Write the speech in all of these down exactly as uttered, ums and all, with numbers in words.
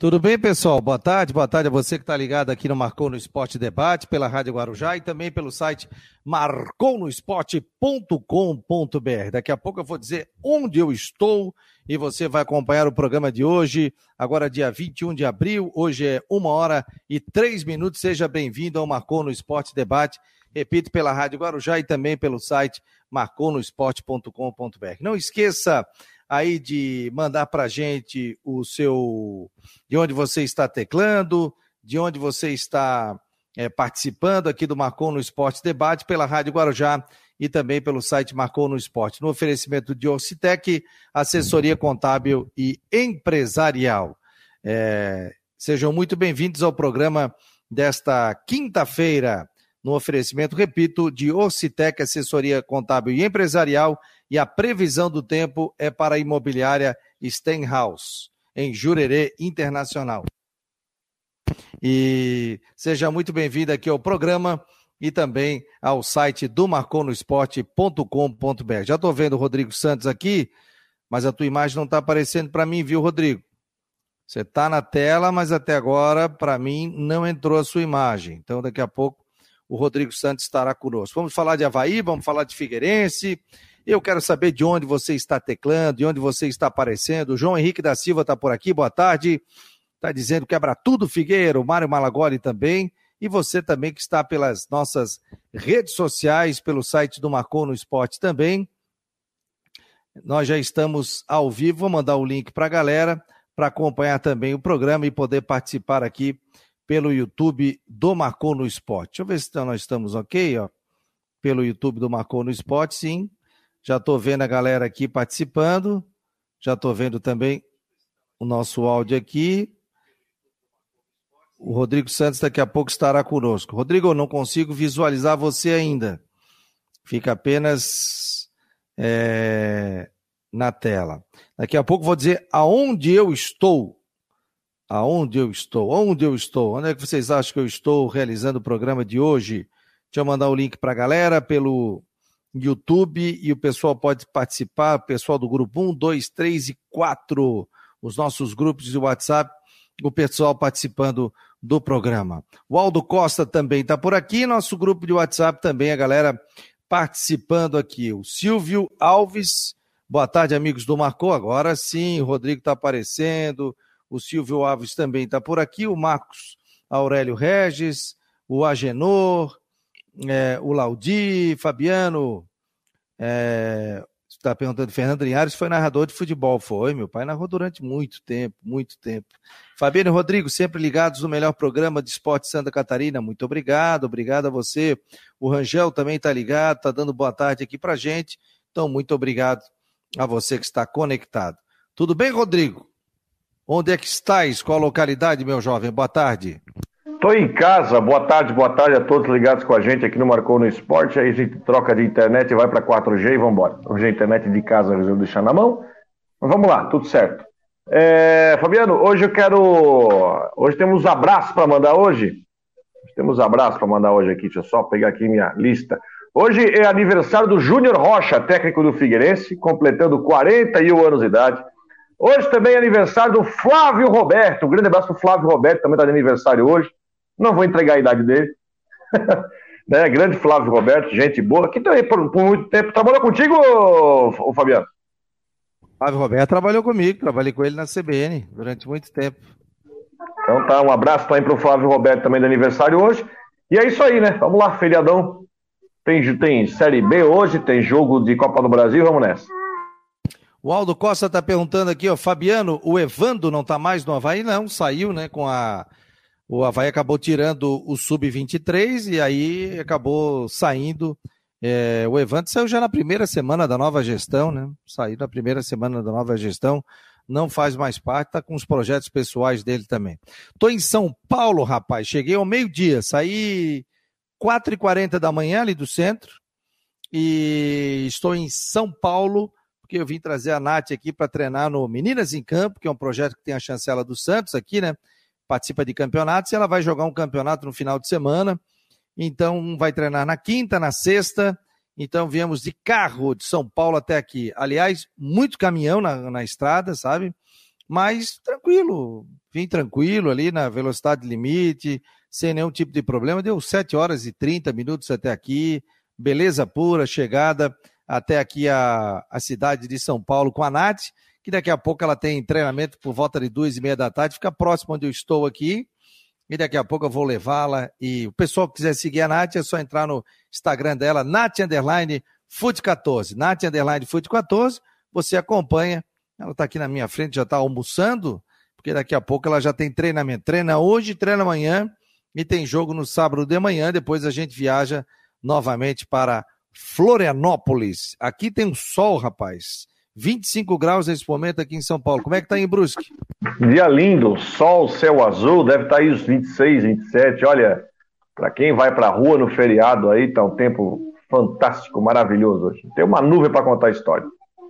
Tudo bem, pessoal? Boa tarde, boa tarde a você que está ligado aqui no Marcou no Esporte Debate, pela Rádio Guarujá e também pelo site marcou no esporte ponto com ponto b r. Daqui a pouco eu vou dizer onde eu estou e você vai acompanhar o programa de hoje, agora dia vinte e um de abril, hoje é uma hora e três minutos. Seja bem-vindo ao Marcou no Esporte Debate, repito, pela Rádio Guarujá e também pelo site marcou no esporte ponto com ponto b r. Não esqueça aí de mandar para a gente o seu, de onde você está teclando, de onde você está é, participando aqui do Marcou no Esporte Debate pela Rádio Guarujá e também pelo site Marcou no Esporte, no oferecimento de Orcitec, assessoria contábil e empresarial. É, sejam muito bem-vindos ao programa desta quinta-feira, no oferecimento, repito, de Orcitec, assessoria contábil e empresarial, e a previsão do tempo é para a imobiliária Stenhouse, em Jurerê Internacional. E seja muito bem-vindo aqui ao programa e também ao site do marcou no esporte ponto com ponto b r. Já estou vendo o Rodrigo Santos aqui, mas a tua imagem não está aparecendo para mim, viu, Rodrigo? Você está na tela, mas até agora, para mim, não entrou a sua imagem. Então, daqui a pouco, o Rodrigo Santos estará conosco. Vamos falar de Avaí, vamos falar de Figueirense. Eu quero saber de onde você está teclando, de onde você está aparecendo. O João Henrique da Silva está por aqui, boa tarde. Está dizendo quebra tudo, Figueiro. O Mário Malagoli também. E você também que está pelas nossas redes sociais, pelo site do Marcou no Esporte também. Nós já estamos ao vivo, vou mandar o link para a galera, para acompanhar também o programa e poder participar aqui pelo YouTube do Marcou no Esporte. Deixa eu ver se nós estamos ok, ó. Pelo YouTube do Marcou no Esporte, sim. Já estou vendo a galera aqui participando. Já estou vendo também o nosso áudio aqui. O Rodrigo Santos daqui a pouco estará conosco. Rodrigo, eu não consigo visualizar você ainda. Fica apenas é, na tela. Daqui a pouco vou dizer aonde eu estou. Aonde eu estou? Onde eu estou? Onde é que vocês acham que eu estou realizando o programa de hoje? Deixa eu mandar o link para a galera pelo YouTube e o pessoal pode participar, o pessoal do grupo um, dois, três e quatro, os nossos grupos de WhatsApp, o pessoal participando do programa. O Aldo Costa também está por aqui, nosso grupo de WhatsApp também, a galera participando aqui. O Silvio Alves, boa tarde, amigos do Marcou, agora sim, o Rodrigo está aparecendo, o Silvio Alves também está por aqui, o Marcos Aurélio Regis, o Agenor, é, o Laudi, Fabiano, é, está perguntando, Fernando Linhares foi narrador de futebol, foi, meu pai narrou durante muito tempo, muito tempo. Fabiano e Rodrigo, sempre ligados no melhor programa de esporte Santa Catarina, muito obrigado, obrigado a você. O Rangel também está ligado, está dando boa tarde aqui pra gente, então muito obrigado a você que está conectado. Tudo bem, Rodrigo? Onde é que estás? Qual a localidade, meu jovem? Boa tarde. Estou em casa, boa tarde, boa tarde a todos ligados com a gente aqui no Marcou no Esporte. Aí a gente troca de internet e vai para quatro G e vamos embora. Hoje a internet de casa eu resolvo deixar na mão. Mas vamos lá, tudo certo. É, Fabiano, hoje eu quero... Hoje temos abraços para mandar hoje. Temos abraços para mandar hoje aqui, deixa eu só pegar aqui minha lista. Hoje é aniversário do Júnior Rocha, técnico do Figueirense, completando quarenta e um anos de idade. Hoje também é aniversário do Flávio Roberto. Um grande abraço para o Flávio Roberto, também está de aniversário hoje. Não vou entregar a idade dele. né? Grande Flávio Roberto, gente boa. Que também por, por muito tempo. Trabalhou contigo, ô, ô, Fabiano? Flávio Roberto trabalhou comigo, trabalhei com ele na C B N durante muito tempo. Então tá, um abraço também para o Flávio Roberto, também de aniversário hoje. E é isso aí, né? Vamos lá, feriadão. Tem, tem Série B hoje, tem jogo de Copa do Brasil, vamos nessa. O Aldo Costa está perguntando aqui, ó, Fabiano, o Evando não está mais no Avaí? Não, saiu, né, com a... O Avaí acabou tirando o sub vinte e três e aí acabou saindo. É, o Evandro saiu já na primeira semana da nova gestão, né? Saiu na primeira semana da nova gestão, não faz mais parte, tá com os projetos pessoais dele também. Tô em São Paulo, rapaz, cheguei ao meio-dia, saí quatro e quarenta da manhã ali do centro e estou em São Paulo, porque eu vim trazer a Nath aqui para treinar no Meninas em Campo, que é um projeto que tem a chancela do Santos aqui, né? Participa de campeonatos e ela vai jogar um campeonato no final de semana, então vai treinar na quinta, na sexta, então viemos de carro de São Paulo até aqui, aliás, muito caminhão na, na estrada, sabe, mas tranquilo, vim tranquilo ali na velocidade limite, sem nenhum tipo de problema, deu sete horas e trinta minutos até aqui, beleza pura, chegada até aqui a, a cidade de São Paulo com a Nath, que daqui a pouco ela tem treinamento por volta de duas e meia da tarde, fica próximo onde eu estou aqui, e daqui a pouco eu vou levá-la, e o pessoal que quiser seguir a Nath é só entrar no Instagram dela, Nath Underline Fute quatorze, Nath Underline Fute quatorze, você acompanha, ela está aqui na minha frente, já está almoçando, porque daqui a pouco ela já tem treinamento, treina hoje, treina amanhã, e tem jogo no sábado de manhã, depois a gente viaja novamente para Florianópolis. Aqui tem um sol, rapaz, vinte e cinco graus nesse momento aqui em São Paulo. Como é que tá em Brusque? Dia lindo, sol, céu azul, deve estar aí os vinte e seis, vinte e sete. Olha, para quem vai pra rua no feriado aí, tá um tempo fantástico, maravilhoso hoje. Tem uma nuvem para contar a história.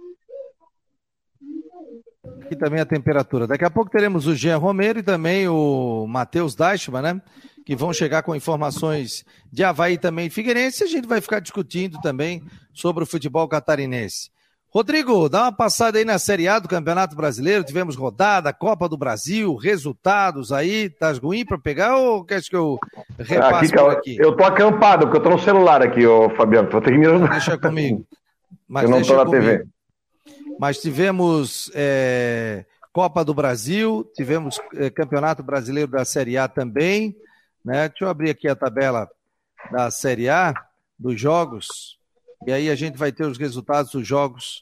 Aqui também a temperatura. Daqui a pouco teremos o Jean Romero e também o Matheus Deichmann, né? Que vão chegar com informações de Avaí também e Figueirense. A gente vai ficar discutindo também sobre o futebol catarinense. Rodrigo, dá uma passada aí na Série A do Campeonato Brasileiro. Tivemos rodada, Copa do Brasil, resultados aí. Tá ruim para pegar ou quer que eu repasse aqui, por aqui? Eu tô acampado, porque eu tô no celular aqui, ô Fabiano. Tô terminando. Deixa comigo. Mas eu não deixa tô na comigo. T V. Mas tivemos é, Copa do Brasil, tivemos é, Campeonato Brasileiro da Série A também, né? Deixa eu abrir aqui a tabela da Série A, dos jogos, e aí a gente vai ter os resultados dos jogos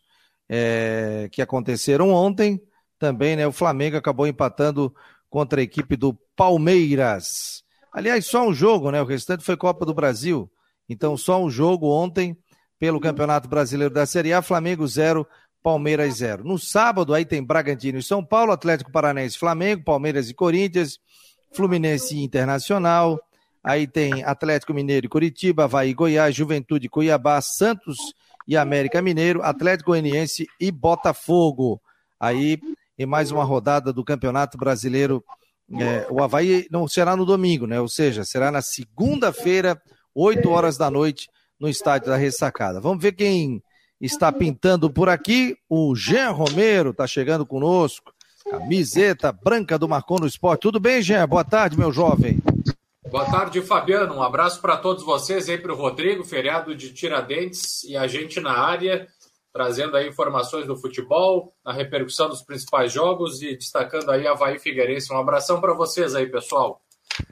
é, que aconteceram ontem, também, né? O Flamengo acabou empatando contra a equipe do Palmeiras. Aliás, só um jogo, né? O restante foi Copa do Brasil, então só um jogo ontem pelo Campeonato Brasileiro da Série A, Flamengo zero, Palmeiras zero. No sábado, aí tem Bragantino e São Paulo, Atlético Paranaense, Flamengo, Palmeiras e Corinthians, Fluminense e Internacional, aí tem Atlético Mineiro e Curitiba, Avaí e Goiás, Juventude e Cuiabá, Santos e América Mineiro, Atlético Goianiense e Botafogo. Aí, em mais uma rodada do Campeonato Brasileiro, é, o Avaí não será no domingo, né? Ou seja, será na segunda-feira, oito horas da noite, no estádio da Ressacada. Vamos ver quem está pintando por aqui. O Jean Romero está chegando conosco. Camiseta branca do Marcou no Esporte. Tudo bem, Jean? Boa tarde, meu jovem. Boa tarde, Fabiano. Um abraço para todos vocês aí, para o Rodrigo, feriado de Tiradentes, e a gente na área, trazendo aí informações do futebol, a repercussão dos principais jogos e destacando aí Avaí e Figueirense. Um abração para vocês aí, pessoal.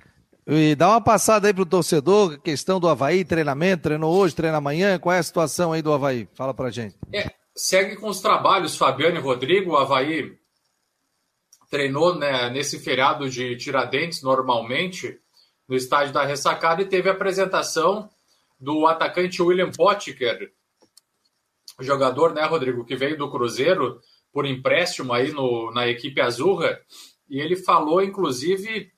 E dá uma passada aí pro torcedor, questão do Avaí, treinamento, treinou hoje, treina amanhã, qual é a situação aí do Avaí? Fala pra gente. É, segue com os trabalhos, Fabiano e Rodrigo. O Avaí treinou, né, nesse feriado de Tiradentes, normalmente, no estádio da Ressacada, e teve a apresentação do atacante William Potker, jogador, né, Rodrigo, que veio do Cruzeiro por empréstimo aí no, na equipe azurra, e ele falou, inclusive,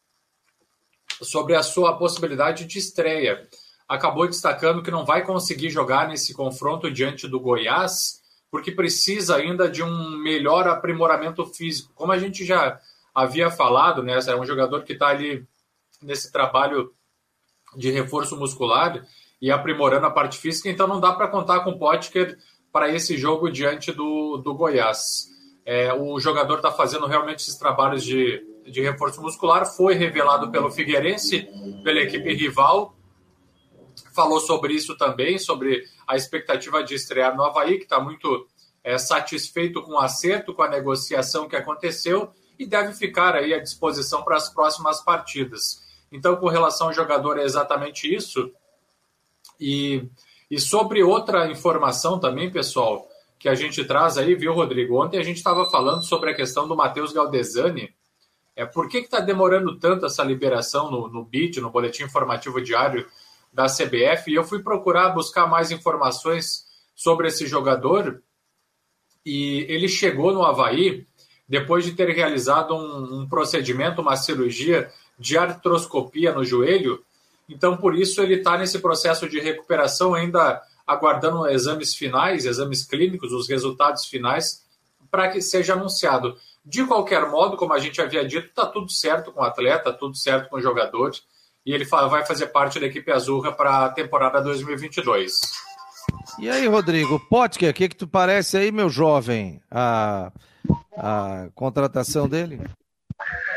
sobre a sua possibilidade de estreia. Acabou destacando que não vai conseguir jogar nesse confronto diante do Goiás, porque precisa ainda de um melhor aprimoramento físico. Como a gente já havia falado, né, é um jogador que está ali nesse trabalho de reforço muscular e aprimorando a parte física, então não dá para contar com o Potker para esse jogo diante do, do Goiás. É, o jogador está fazendo realmente esses trabalhos de de reforço muscular, foi revelado pelo Figueirense, pela equipe rival, falou sobre isso também, sobre a expectativa de estrear no Avaí, que está muito é, satisfeito com o acerto, com a negociação que aconteceu, e deve ficar aí à disposição para as próximas partidas. Então, com relação ao jogador, é exatamente isso. E, e sobre outra informação também, pessoal, que a gente traz aí, viu, Rodrigo? Ontem a gente estava falando sobre a questão do Matheus Galdesani. É, por que está demorando tanto essa liberação no, no B I D, no Boletim Informativo Diário da C B F? E eu fui procurar buscar mais informações sobre esse jogador, e ele chegou no Avaí depois de ter realizado um, um procedimento, uma cirurgia de artroscopia no joelho. Então, por isso, ele está nesse processo de recuperação, ainda aguardando exames finais, exames clínicos, os resultados finais, para que seja anunciado. De qualquer modo, como a gente havia dito, está tudo certo com o atleta, tudo certo com o jogador, e ele vai fazer parte da equipe azurra para a temporada dois mil e vinte e dois. E aí, Rodrigo, Potker, o que, que tu parece aí, meu jovem, a, a contratação dele?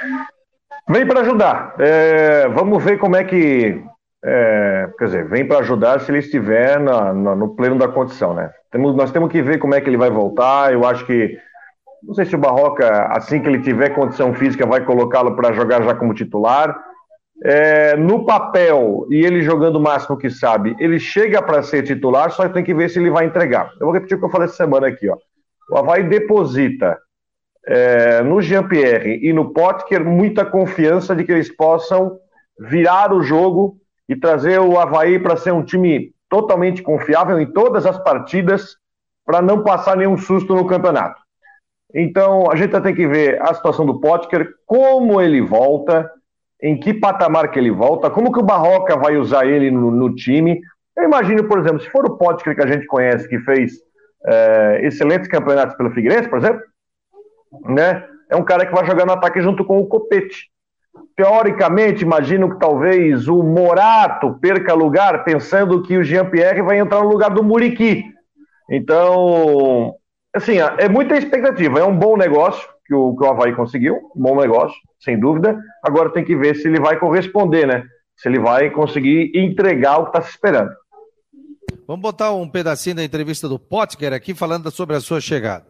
Vem para ajudar. É, vamos ver como é que... É, quer dizer, vem para ajudar se ele estiver na, na, no pleno da condição, né? Temos, nós temos que ver como é que ele vai voltar. Eu acho que... Não sei se o Barroca, assim que ele tiver condição física, vai colocá-lo para jogar já como titular. É, no papel, e ele jogando o máximo que sabe, ele chega para ser titular, só tem que ver se ele vai entregar. Eu vou repetir o que eu falei essa semana aqui, ó. O Avaí deposita é, no Jean-Pierre e no Potker muita confiança de que eles possam virar o jogo e trazer o Avaí para ser um time totalmente confiável em todas as partidas, para não passar nenhum susto no campeonato. Então, a gente tem que ver a situação do Potker, como ele volta, em que patamar que ele volta, como que o Barroca vai usar ele no, no time. Eu imagino, por exemplo, se for o Potker que a gente conhece, que fez é, excelentes campeonatos pelo Figueirense, por exemplo, né, é um cara que vai jogar no ataque junto com o Copete. Teoricamente, imagino que talvez o Morato perca lugar, pensando que o Jean-Pierre vai entrar no lugar do Muriqui. Então... Assim, é muita expectativa, é um bom negócio que o, que o Avaí conseguiu, um bom negócio, sem dúvida. Agora tem que ver se ele vai corresponder, né? Se ele vai conseguir entregar o que está se esperando. Vamos botar um pedacinho da entrevista do Potker aqui, falando sobre a sua chegada.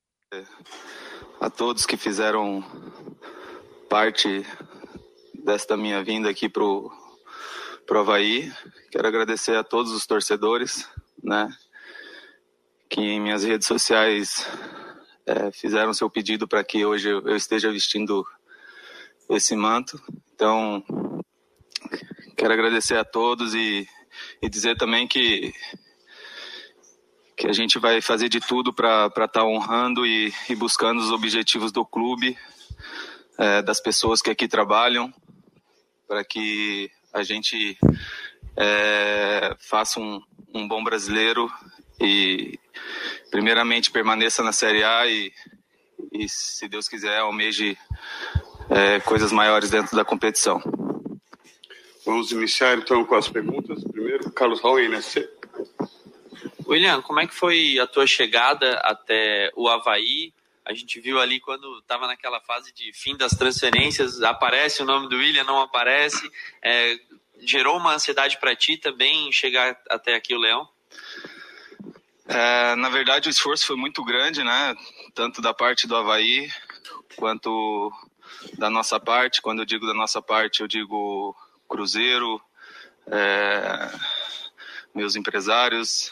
A todos que fizeram parte desta minha vinda aqui pro, pro Avaí, quero agradecer a todos os torcedores, né? Que em minhas redes sociais é, fizeram seu pedido para que hoje eu esteja vestindo esse manto. Então, quero agradecer a todos e, e dizer também que, que a gente vai fazer de tudo para estar tá honrando e, e buscando os objetivos do clube, é, das pessoas que aqui trabalham, para que a gente é, faça um, um bom brasileiro e primeiramente permaneça na Série A e, e se Deus quiser, almeje é, coisas maiores dentro da competição. Vamos iniciar então com as perguntas. Primeiro, Carlos Raul, N S C. William, como é que foi a tua chegada até o Avaí? A gente viu ali quando estava naquela fase de fim das transferências, aparece o nome do William, não aparece. É, gerou uma ansiedade para ti também chegar até aqui o Leão? É, na verdade, o esforço foi muito grande, né? Tanto da parte do Avaí quanto da nossa parte. Quando eu digo da nossa parte, eu digo Cruzeiro, é, meus empresários,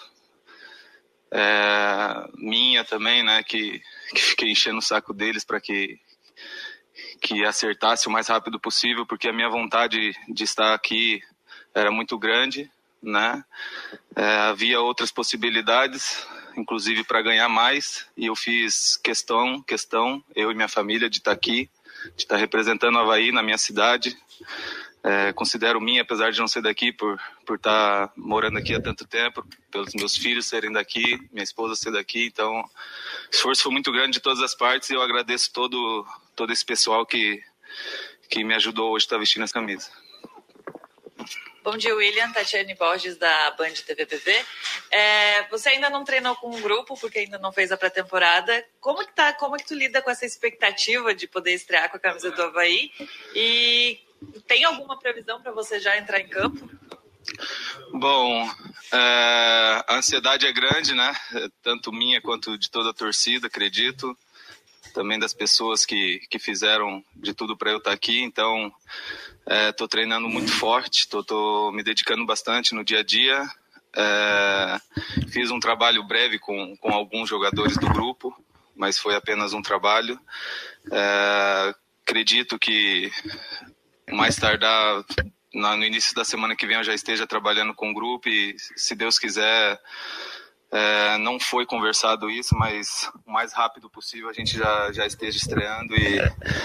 é, minha também, né? Que, que fiquei enchendo o saco deles para que, que acertasse o mais rápido possível, porque a minha vontade de estar aqui era muito grande. Né? É, havia outras possibilidades, inclusive para ganhar mais, e eu fiz questão, questão, eu e minha família, de estar aqui, de estar representando o Avaí na minha cidade. É, considero minha, apesar de não ser daqui, por, por estar morando aqui há tanto tempo, pelos meus filhos serem daqui, minha esposa ser daqui, então o esforço foi muito grande de todas as partes e eu agradeço todo, todo esse pessoal que, que me ajudou hoje a estar vestindo essa camisa. Bom dia, William. Tatiane Borges, da Band T V P V. É, você ainda não treinou com um grupo, porque ainda não fez a pré-temporada. Como que tá, como que tu lida com essa expectativa de poder estrear com a camisa do Avaí? E tem alguma previsão para você já entrar em campo? Bom, é, a ansiedade é grande, né? Tanto minha quanto de toda a torcida, acredito. Também das pessoas que, que fizeram de tudo para eu estar aqui. Então, estou é, treinando muito forte, estou me dedicando bastante no dia a dia. É, fiz um trabalho breve com, com alguns jogadores do grupo, mas foi apenas um trabalho. É, acredito que mais tardar, no início da semana que vem, eu já esteja trabalhando com o grupo e, se Deus quiser... É, não foi conversado isso, mas o mais rápido possível a gente já, já esteja estreando e,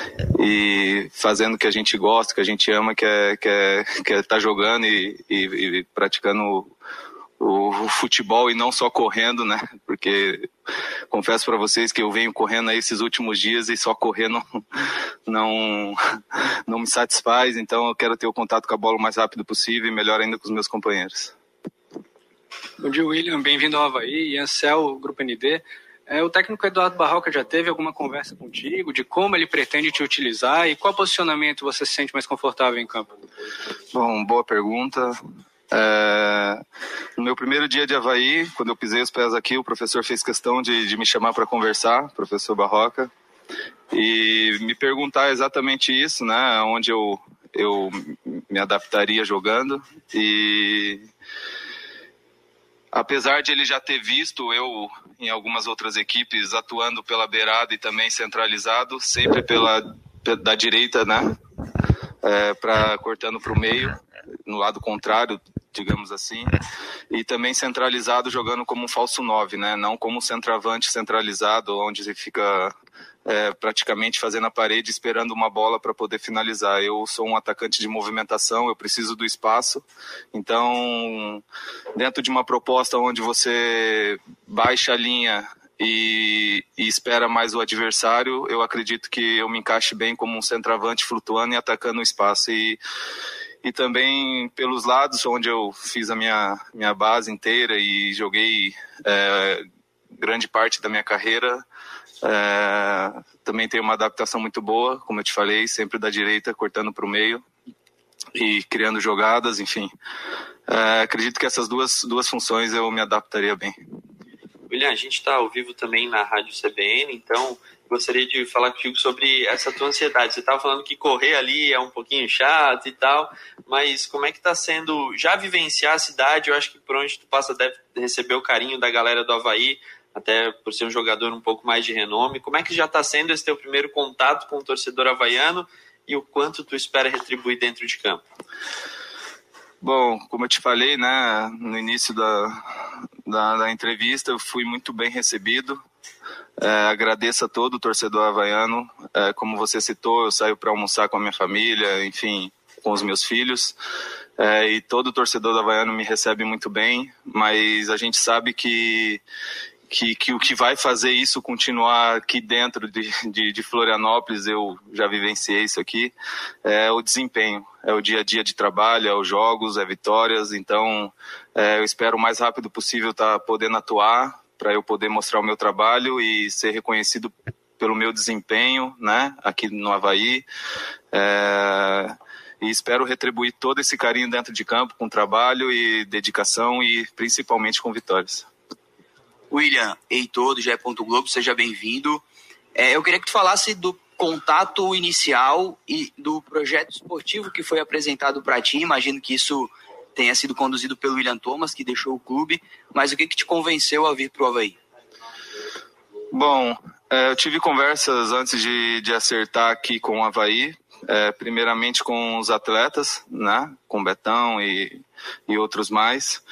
e fazendo o que a gente gosta, que a gente ama, que é que é, que é tá jogando e, e, e praticando o, o, o futebol e não só correndo, né? Porque confesso para vocês que eu venho correndo aí esses últimos dias e só correr não, não, não me satisfaz, então eu quero ter o contato com a bola o mais rápido possível e melhor ainda com os meus companheiros. Bom dia, William. Bem-vindo ao Avaí. Iancel, Grupo N D. É, o técnico Eduardo Barroca já teve alguma conversa contigo de como ele pretende te utilizar e qual posicionamento você se sente mais confortável em campo? Bom, boa pergunta. É, no meu primeiro dia de Avaí, quando eu pisei os pés aqui, o professor fez questão de, de me chamar para conversar, professor Barroca, e me perguntar exatamente isso, né, onde eu, eu me adaptaria jogando. E apesar de ele já ter visto eu em algumas outras equipes atuando pela beirada e também centralizado, sempre pela da direita, né, é, pra, cortando para o meio, no lado contrário, digamos assim, e também centralizado jogando como um falso nove, né? Não como um centroavante centralizado, onde ele fica é, praticamente fazendo a parede, esperando uma bola para poder finalizar. Eu sou um atacante de movimentação, eu preciso do espaço, então dentro de uma proposta onde você baixa a linha e, e espera mais o adversário, eu acredito que eu me encaixe bem como um centroavante flutuando e atacando o espaço. E E também pelos lados, onde eu fiz a minha, minha base inteira e joguei é, grande parte da minha carreira. É, também tenho uma adaptação muito boa, como eu te falei, sempre da direita, cortando para o meio e criando jogadas, enfim. É, acredito que essas duas, duas funções eu me adaptaria bem. William, a gente está ao vivo também na Rádio C B N, então gostaria de falar contigo sobre essa tua ansiedade. Você estava falando que correr ali é um pouquinho chato e tal, mas como é que está sendo já vivenciar a cidade? Eu acho que por onde tu passa deve receber o carinho da galera do Avaí, até por ser um jogador um pouco mais de renome. Como é que já está sendo esse teu primeiro contato com o torcedor havaiano e o quanto tu espera retribuir dentro de campo? Bom, como eu te falei, né, no início da, da, da entrevista, eu fui muito bem recebido. É, agradeço a todo o torcedor havaiano. É, como você citou, eu saio para almoçar com a minha família, enfim, com os meus filhos. É, e todo torcedor do havaiano me recebe muito bem, mas a gente sabe que, que, que o que vai fazer isso continuar aqui dentro de, de, de Florianópolis, eu já vivenciei isso aqui, é o desempenho. É o dia a dia de trabalho, é os jogos, é vitórias. Então, é, eu espero o mais rápido possível estar podendo atuar, para eu poder mostrar o meu trabalho e ser reconhecido pelo meu desempenho, né, aqui no Avaí. É, e espero retribuir todo esse carinho dentro de campo com trabalho e dedicação e principalmente com vitórias. William, Heitor, do G E. Globo, seja bem-vindo. É, eu queria que tu falasse do contato inicial e do projeto esportivo que foi apresentado para ti. Imagino que isso tenha sido conduzido pelo William Thomas, que deixou o clube, mas o que, que te convenceu a vir para o Avaí? Bom, é, eu tive conversas antes de, de acertar aqui com o Avaí, é, primeiramente com os atletas, né, com o Betão e, e outros mais.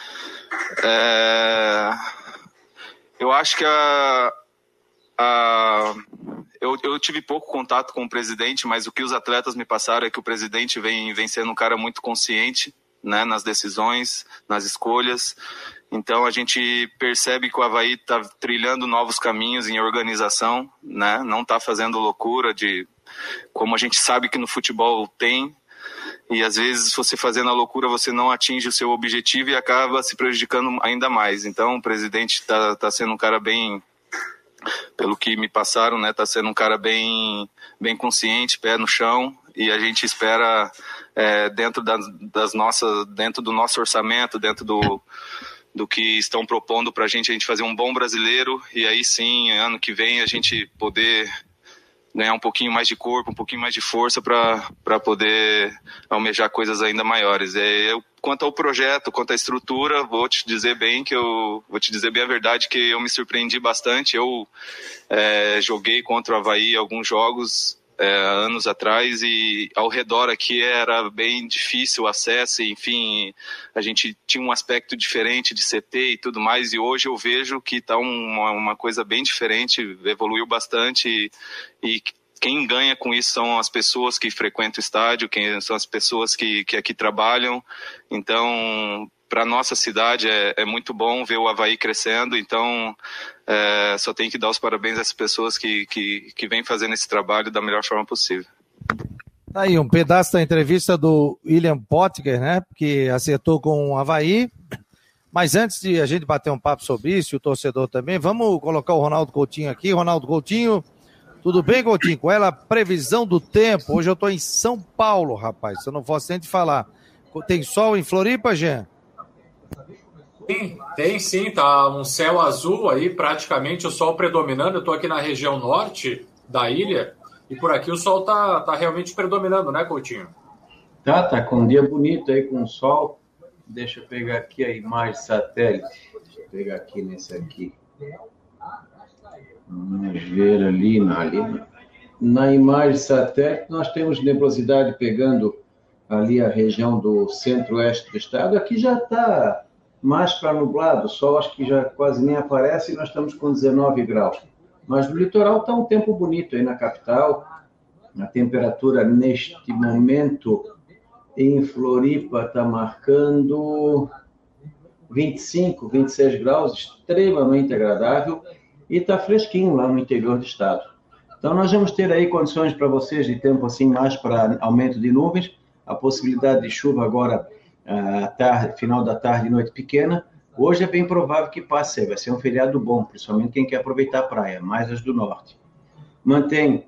É, eu acho que a, a, eu, eu tive pouco contato com o presidente, mas o que os atletas me passaram é que o presidente vem, vem sendo um cara muito consciente, né, nas decisões, nas escolhas. Então a gente percebe que o Avaí está trilhando novos caminhos em organização, né, não está fazendo loucura de como a gente sabe que no futebol tem, e às vezes você fazendo a loucura você não atinge o seu objetivo e acaba se prejudicando ainda mais. Então o presidente está tá sendo um cara bem, pelo que me passaram, né, está sendo um cara bem, bem consciente, pé no chão, e a gente espera É, dentro das, das nossas, dentro do nosso orçamento, dentro do, do que estão propondo para a gente, a gente fazer um bom brasileiro, e aí sim, ano que vem, a gente poder ganhar um pouquinho mais de corpo, um pouquinho mais de força para poder almejar coisas ainda maiores. É, eu, quanto ao projeto, quanto à estrutura, vou te dizer bem que eu vou te dizer bem a verdade que eu me surpreendi bastante. Eu é, joguei contra o Avaí alguns jogos É, anos atrás, e ao redor aqui era bem difícil o acesso, enfim, a gente tinha um aspecto diferente de C T e tudo mais, e hoje eu vejo que está uma, uma coisa bem diferente, evoluiu bastante, e, e quem ganha com isso são as pessoas que frequentam o estádio, quem são as pessoas que, que aqui trabalham. Então, para a nossa cidade é, é muito bom ver o Avaí crescendo, então é, só tem que dar os parabéns a essas pessoas que, que, que vêm fazendo esse trabalho da melhor forma possível. Tá aí um pedaço da entrevista do William Potker, né, que acertou com o Avaí, Mas antes de a gente bater um papo sobre isso, o torcedor também, vamos colocar o Ronaldo Coutinho aqui. Ronaldo Coutinho, tudo bem, Coutinho? Com ela, previsão do tempo. Hoje eu estou em São Paulo, rapaz, se eu não fosse nem te falar. Tem sol em Floripa, Jean? Sim, tem sim, tá um céu azul aí, praticamente o sol predominando. Eu estou aqui na região norte da ilha e por aqui o sol tá, tá realmente predominando, né, Coutinho? Tá, tá com um dia bonito aí com o sol. Deixa eu pegar aqui a imagem satélite. Deixa eu pegar aqui nesse aqui. Vamos ver ali na, ali na imagem satélite nós temos nebulosidade pegando ali a região do centro-oeste do estado. Aqui já está mais para nublado, o sol acho que já quase nem aparece e nós estamos com dezenove graus. Mas no litoral está um tempo bonito aí na capital. A temperatura neste momento em Floripa está marcando vinte e cinco, vinte e seis graus, extremamente agradável, e está fresquinho lá no interior do estado. Então nós vamos ter aí condições para vocês de tempo assim mais para aumento de nuvens, a possibilidade de chuva agora, à tarde, final da tarde e noite pequena. Hoje é bem provável que passe, vai ser um feriado bom, principalmente quem quer aproveitar a praia, mais as do norte. Mantém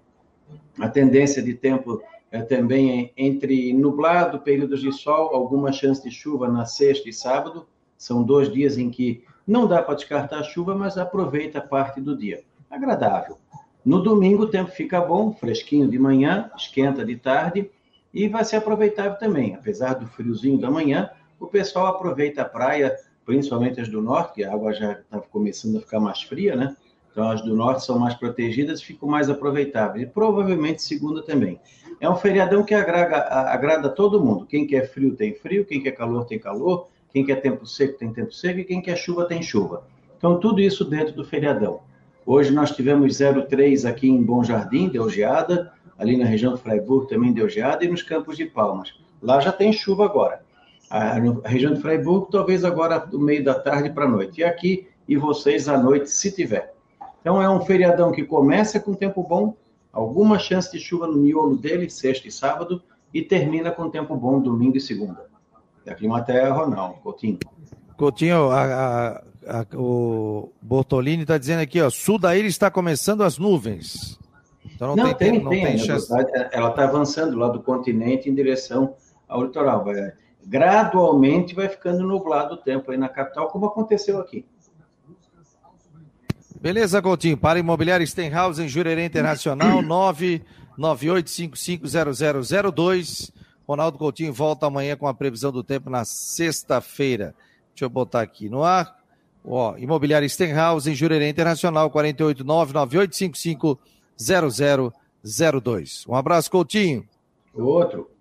a tendência de tempo é, também entre nublado, períodos de sol, alguma chance de chuva na sexta e sábado. São dois dias em que não dá para descartar a chuva, mas aproveita a parte do dia. Agradável. No domingo o tempo fica bom, fresquinho de manhã, esquenta de tarde e vai ser aproveitável também. Apesar do friozinho da manhã, o pessoal aproveita a praia, principalmente as do norte, que a água já está começando a ficar mais fria, né? Então as do norte são mais protegidas e ficam mais aproveitáveis. E provavelmente segunda também. É um feriadão que agrada, agrada todo mundo. Quem quer frio tem frio, quem quer calor tem calor, quem quer tempo seco tem tempo seco e quem quer chuva tem chuva. Então tudo isso dentro do feriadão. Hoje nós tivemos zero vírgula três aqui em Bom Jardim, deu geada, ali na região do Freiburg também deu geada, e nos Campos de Palmas. Lá já tem chuva agora. A, a região do Freiburg talvez agora do meio da tarde para a noite. E aqui, e vocês à noite, se tiver. Então é um feriadão que começa com tempo bom, alguma chance de chuva no miolo dele, sexta e sábado, e termina com tempo bom domingo e segunda. Da Climaterra, Ronaldo Coutinho. Coutinho, a, a, a, o Bortolini está dizendo aqui, ó, sul da ilha está começando as nuvens. Então não, não tem, tem, não tem, tem chance. Ela está avançando lá do continente em direção ao litoral. Vai, gradualmente vai ficando nublado o tempo aí na capital, como aconteceu aqui. Beleza, Coutinho. Para Imobiliária Stenhouse, em Jurerê Internacional, nove nove oito cinco cinco zero zero zero dois. Ronaldo Coutinho volta amanhã com a previsão do tempo na sexta-feira. Deixa eu botar aqui no ar. Ó, Imobiliária Stenhouse, em Jurerê Internacional, quatro oito nove nove oito cinco cinco zero zero zero dois. Um abraço, Coutinho. Outro.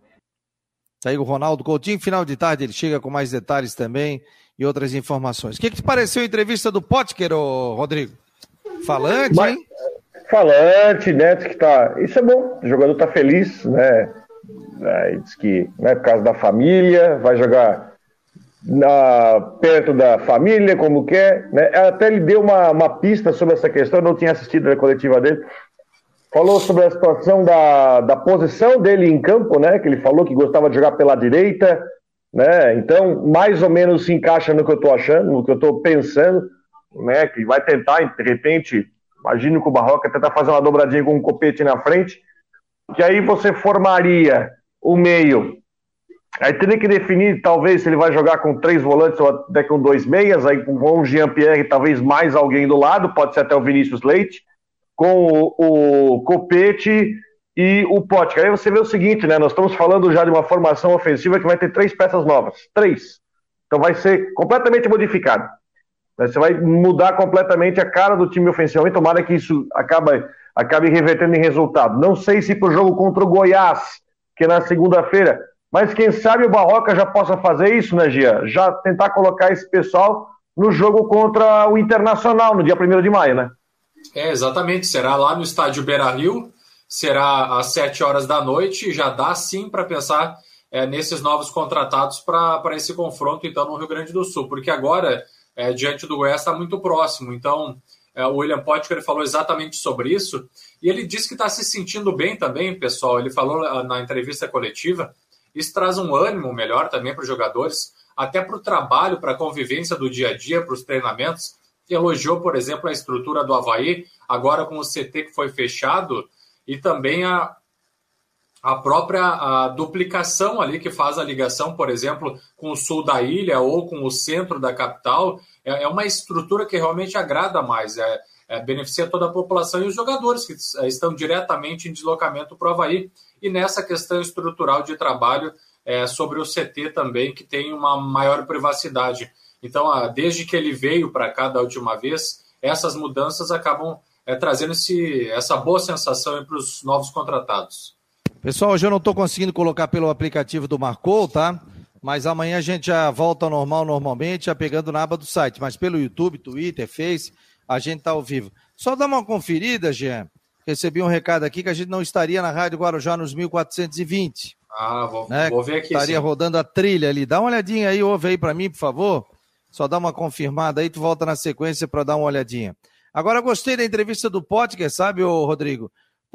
Tá aí o Ronaldo Coutinho. Final de tarde ele chega com mais detalhes também e outras informações. O que, que te pareceu a entrevista do Potker, ô, Rodrigo? Falante, Mas, hein? Falante, né? Diz que tá... Isso é bom. O jogador tá feliz, né? É, diz que, né, por causa da família, vai jogar na, perto da família, como quer, né? Até ele deu uma, uma pista sobre essa questão, eu não tinha assistido a coletiva dele. Falou sobre a situação da, da posição dele em campo, né? Que ele falou que gostava de jogar pela direita, né? Então, mais ou menos se encaixa no que eu estou achando, no que eu estou pensando, né? Que vai tentar, de repente, imagino que o Barroca tentar fazer uma dobradinha com um Copete na frente, que aí você formaria o meio. Aí teria que definir, talvez, se ele vai jogar com três volantes ou até com dois meias, aí com o Jean-Pierre, talvez mais alguém do lado, pode ser até o Vinícius Leite, com o, o Copete e o Potker. Aí você vê o seguinte, né? Nós estamos falando já de uma formação ofensiva que vai ter três peças novas. Três. Então vai ser completamente modificado. Você vai mudar completamente a cara do time ofensivo e tomara que isso acabe, acabe revertendo em resultado. Não sei se para o jogo contra o Goiás, que é na segunda-feira, mas quem sabe o Barroca já possa fazer isso, né, Gia? Já tentar colocar esse pessoal no jogo contra o Internacional, no dia primeiro de maio, né? É, exatamente. Será lá no estádio Beira-Rio, será às sete horas da noite, e já dá sim para pensar é, nesses novos contratados para esse confronto, então, no Rio Grande do Sul, porque agora, é, diante do Goiás, está muito próximo. Então, é, o William Potker falou exatamente sobre isso, e ele disse que está se sentindo bem também, pessoal. Ele falou na entrevista coletiva, Isso traz um ânimo melhor também para os jogadores, até para o trabalho, para a convivência do dia a dia, para os treinamentos. Elogiou, por exemplo, a estrutura do Avaí, agora com o C T que foi fechado, e também a, a própria a duplicação ali que faz a ligação, por exemplo, com o sul da ilha ou com o centro da capital. É, é uma estrutura que realmente agrada mais, é, é, beneficia toda a população e os jogadores que estão diretamente em deslocamento para o Avaí. E nessa questão estrutural de trabalho, é, sobre o C T também, que tem uma maior privacidade. Então, desde que ele veio para cá da última vez, essas mudanças acabam é, trazendo esse, essa boa sensação para os novos contratados. Pessoal, hoje eu não estou conseguindo colocar pelo aplicativo do Marcou, tá? Mas amanhã a gente já volta ao normal, normalmente, já pegando na aba do site. Mas pelo YouTube, Twitter, Face, a gente está ao vivo. Só dá uma conferida, Jean. Recebi um recado aqui que a gente não estaria na Rádio Guarujá nos mil quatrocentos e vinte. Ah, vou, né? vou ver aqui. Estaria sim. Rodando a trilha ali. Dá uma olhadinha aí, ouve aí para mim, por favor. Só dá uma confirmada aí, tu volta na sequência para dar uma olhadinha. Agora, gostei da entrevista do Potker, sabe, ô Rodrigo?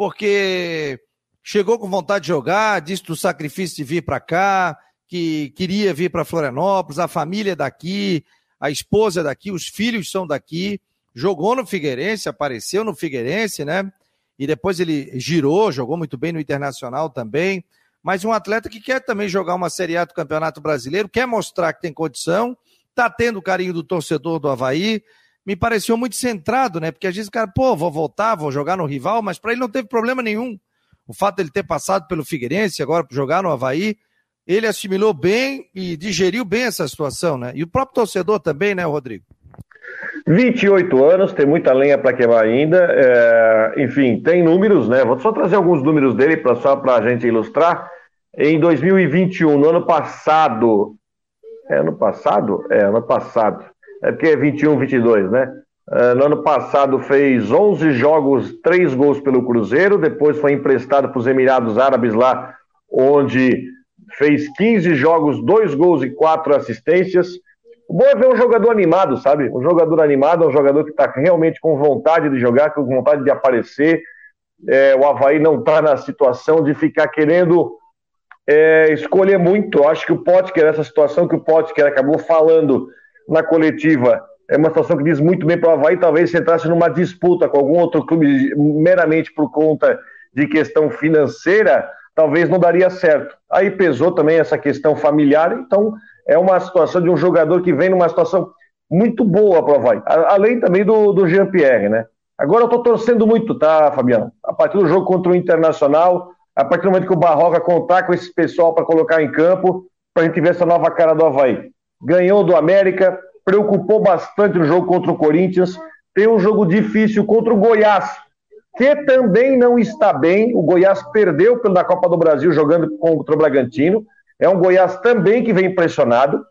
Porque chegou com vontade de jogar, disse do sacrifício de vir para cá, que queria vir para Florianópolis, a família é daqui, a esposa é daqui, os filhos são daqui, jogou no Figueirense, apareceu no Figueirense, né? E depois ele girou, jogou muito bem no Internacional também, mas um atleta que quer também jogar uma Série A do Campeonato Brasileiro, quer mostrar que tem condição, tá tendo o carinho do torcedor do Avaí, me pareceu muito centrado, né? Porque às vezes o cara, pô, vou voltar, vou jogar no rival, mas para ele não teve problema nenhum. O fato de ele ter passado pelo Figueirense, agora jogar no Avaí, ele assimilou bem e digeriu bem essa situação, né? E o próprio torcedor também, né, Rodrigo? vinte e oito anos, tem muita lenha para queimar ainda, é, enfim, tem números, né? Vou só trazer alguns números dele pra, só para a gente ilustrar. Em dois mil e vinte e um, no ano passado, é ano passado? É, ano passado, é porque é vinte e um, vinte e dois, né? É, no ano passado fez onze jogos, três gols pelo Cruzeiro, depois foi emprestado para os Emirados Árabes lá, onde fez quinze jogos, dois gols e quatro assistências. O bom é ver um jogador animado, sabe? Um jogador animado, um jogador que está realmente com vontade de jogar, com vontade de aparecer. É, o Avaí não está na situação de ficar querendo é, escolher muito. Eu acho que o Potker, essa situação que o Potker acabou falando na coletiva, é uma situação que diz muito bem para o Avaí, talvez se entrasse numa disputa com algum outro clube meramente por conta de questão financeira, talvez não daria certo. Aí pesou também essa questão familiar, então é uma situação de um jogador que vem numa situação muito boa para o Avaí, além também do, do Jean-Pierre, né? Agora eu estou torcendo muito, tá, Fabiano? A partir do jogo contra o Internacional, a partir do momento que o Barroca contar com esse pessoal para colocar em campo, para a gente ver essa nova cara do Avaí. Ganhou do América, preocupou bastante no jogo contra o Corinthians, tem um jogo difícil contra o Goiás, que também não está bem. O Goiás perdeu na Copa do Brasil jogando contra o Bragantino. É um Goiás também que vem impressionado.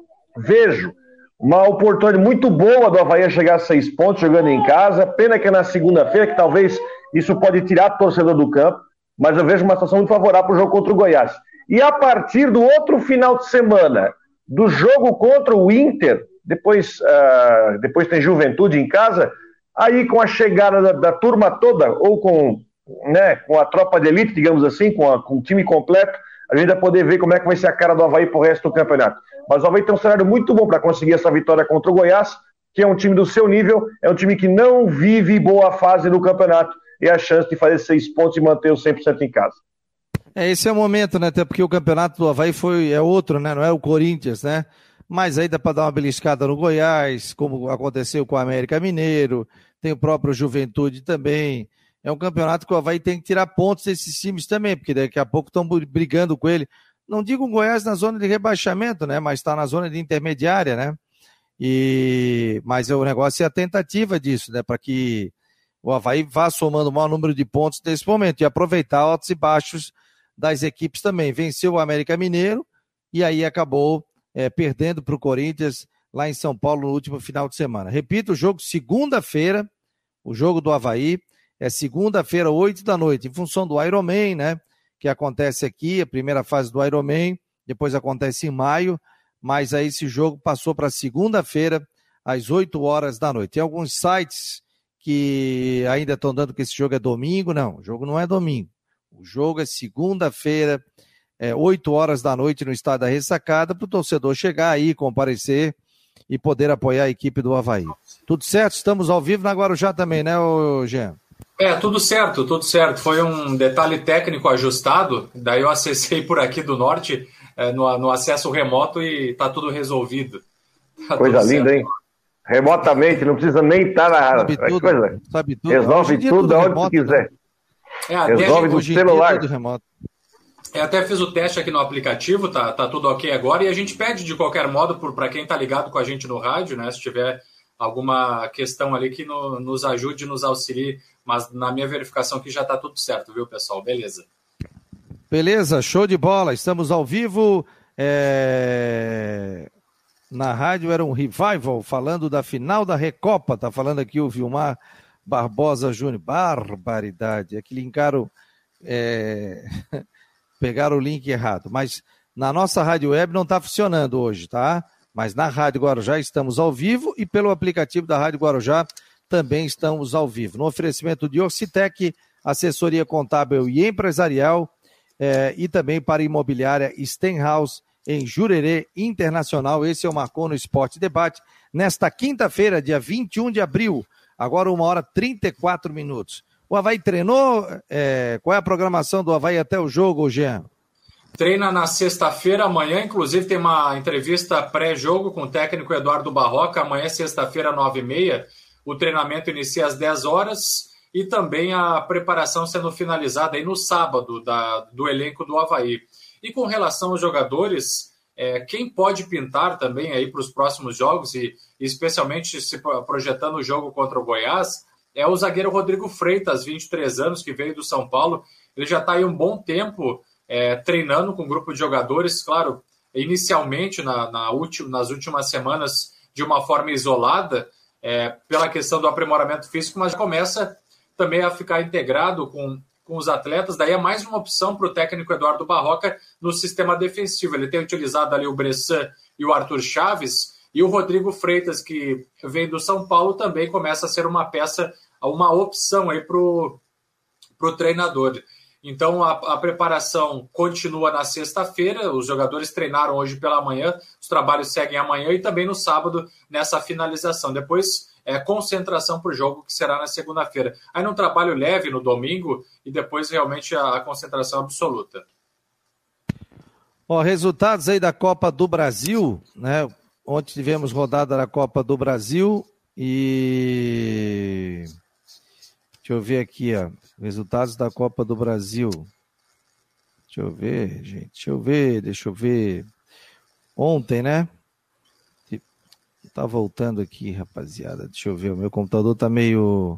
Vejo uma oportunidade muito boa do Avaí chegar a seis pontos jogando em casa. Pena que é na segunda-feira, que talvez isso pode tirar o torcedor do campo, mas eu vejo uma situação muito favorável para o jogo contra o Goiás. E a partir do outro final de semana, do jogo contra o Inter, depois, uh, depois tem Juventude em casa, aí com a chegada da, da turma toda, ou com, né, com a tropa de elite, digamos assim, com, a, com o time completo, a gente vai poder ver como é que vai ser a cara do Avaí pro resto do campeonato. Mas o Avaí tem um cenário muito bom para conseguir essa vitória contra o Goiás, que é um time do seu nível, é um time que não vive boa fase no campeonato, e a chance de fazer seis pontos e manter o cem por cento em casa. É, esse é o momento, né? Até porque o campeonato do Avaí foi, é outro, né? Não é o Corinthians, né? Mas aí dá para dar uma beliscada no Goiás, como aconteceu com o América Mineiro, tem o próprio Juventude também. É um campeonato que o Avaí tem que tirar pontos desses times também, porque daqui a pouco estão brigando com ele. Não digo o Goiás na zona de rebaixamento, né? Mas está na zona de intermediária, né? E... Mas o negócio é a tentativa disso, né? Para que o Avaí vá somando o maior número de pontos nesse momento e aproveitar altos e baixos das equipes também. Venceu o América Mineiro e aí acabou é, perdendo para o Corinthians lá em São Paulo no último final de semana. Repito, o jogo segunda-feira, o jogo do Avaí é segunda-feira, oito da noite, em função do Ironman, né? Que acontece aqui, a primeira fase do Ironman, depois acontece em maio, mas aí esse jogo passou para segunda-feira, às oito horas da noite. Tem alguns sites que ainda estão dando que esse jogo é domingo. Não, o jogo não é domingo. O jogo é segunda-feira, é, oito horas da noite no estádio da Ressacada, para o torcedor chegar aí, comparecer e poder apoiar a equipe do Avaí. Tudo certo? Estamos ao vivo na Guarujá também, né, Jean? É, tudo certo, tudo certo. Foi um detalhe técnico ajustado, daí eu acessei por aqui do norte, é, no, no acesso remoto, e está tudo resolvido. Tá Coisa tudo linda, certo. hein? Remotamente, não precisa nem estar na... Sabe tudo, coisa. sabe tudo. Resolve tudo, tudo onde remoto, tu quiser. Né? É, até Resolve do celular. Tudo remoto. Eu até fiz o teste aqui no aplicativo, tá, tá tudo ok agora, e a gente pede de qualquer modo para quem está ligado com a gente no rádio, né, se tiver alguma questão ali que no, nos ajude, nos auxilie, mas na minha verificação aqui já está tudo certo, viu, pessoal? Beleza. Beleza, show de bola, estamos ao vivo, é... na rádio era um revival, falando da final da Recopa, tá falando aqui o Vilmar Barbosa Júnior, barbaridade, é que linkaram... É... pegaram o link errado, mas na nossa rádio web não está funcionando hoje, tá? Mas na Rádio Guarujá estamos ao vivo e pelo aplicativo da Rádio Guarujá também estamos ao vivo. No oferecimento de Orcitec, assessoria contábil e empresarial, eh, e também para imobiliária Stenhouse em Jurerê Internacional. Esse é o Marcou no Esporte Debate, nesta quinta-feira, dia vinte e um de abril, agora uma hora e trinta e quatro minutos. O Avaí treinou? É, qual é a programação do Avaí até o jogo, Jean? Treina na sexta-feira, amanhã, inclusive tem uma entrevista pré-jogo com o técnico Eduardo Barroca, amanhã, sexta-feira, nove e meia, o treinamento inicia às dez horas e também a preparação sendo finalizada aí no sábado da, do elenco do Avaí. E com relação aos jogadores, é, quem pode pintar também aí para os próximos jogos e especialmente se projetando o jogo contra o Goiás, é o zagueiro Rodrigo Freitas, vinte e três anos, que veio do São Paulo. Ele já está aí um bom tempo é, treinando com um grupo de jogadores, claro, inicialmente na, na última, nas últimas semanas de uma forma isolada, é, pela questão do aprimoramento físico, mas começa também a ficar integrado com, com os atletas. Daí é mais uma opção para o técnico Eduardo Barroca no sistema defensivo. Ele tem utilizado ali o Bressan e o Arthur Chaves, e o Rodrigo Freitas, que vem do São Paulo, também começa a ser uma peça, uma opção aí para o treinador. Então, a, a preparação continua na sexta-feira, os jogadores treinaram hoje pela manhã, os trabalhos seguem amanhã e também no sábado, nessa finalização. Depois, é, concentração para o jogo, que será na segunda-feira. Aí, num trabalho leve no domingo e depois, realmente, a, a concentração absoluta. Ó, resultados aí da Copa do Brasil, né? Ontem tivemos rodada da Copa do Brasil e... Deixa eu ver aqui, ó. Resultados da Copa do Brasil. Deixa eu ver, gente. Deixa eu ver, deixa eu ver. Ontem, né? Tá voltando aqui, rapaziada. Deixa eu ver. O meu computador tá meio...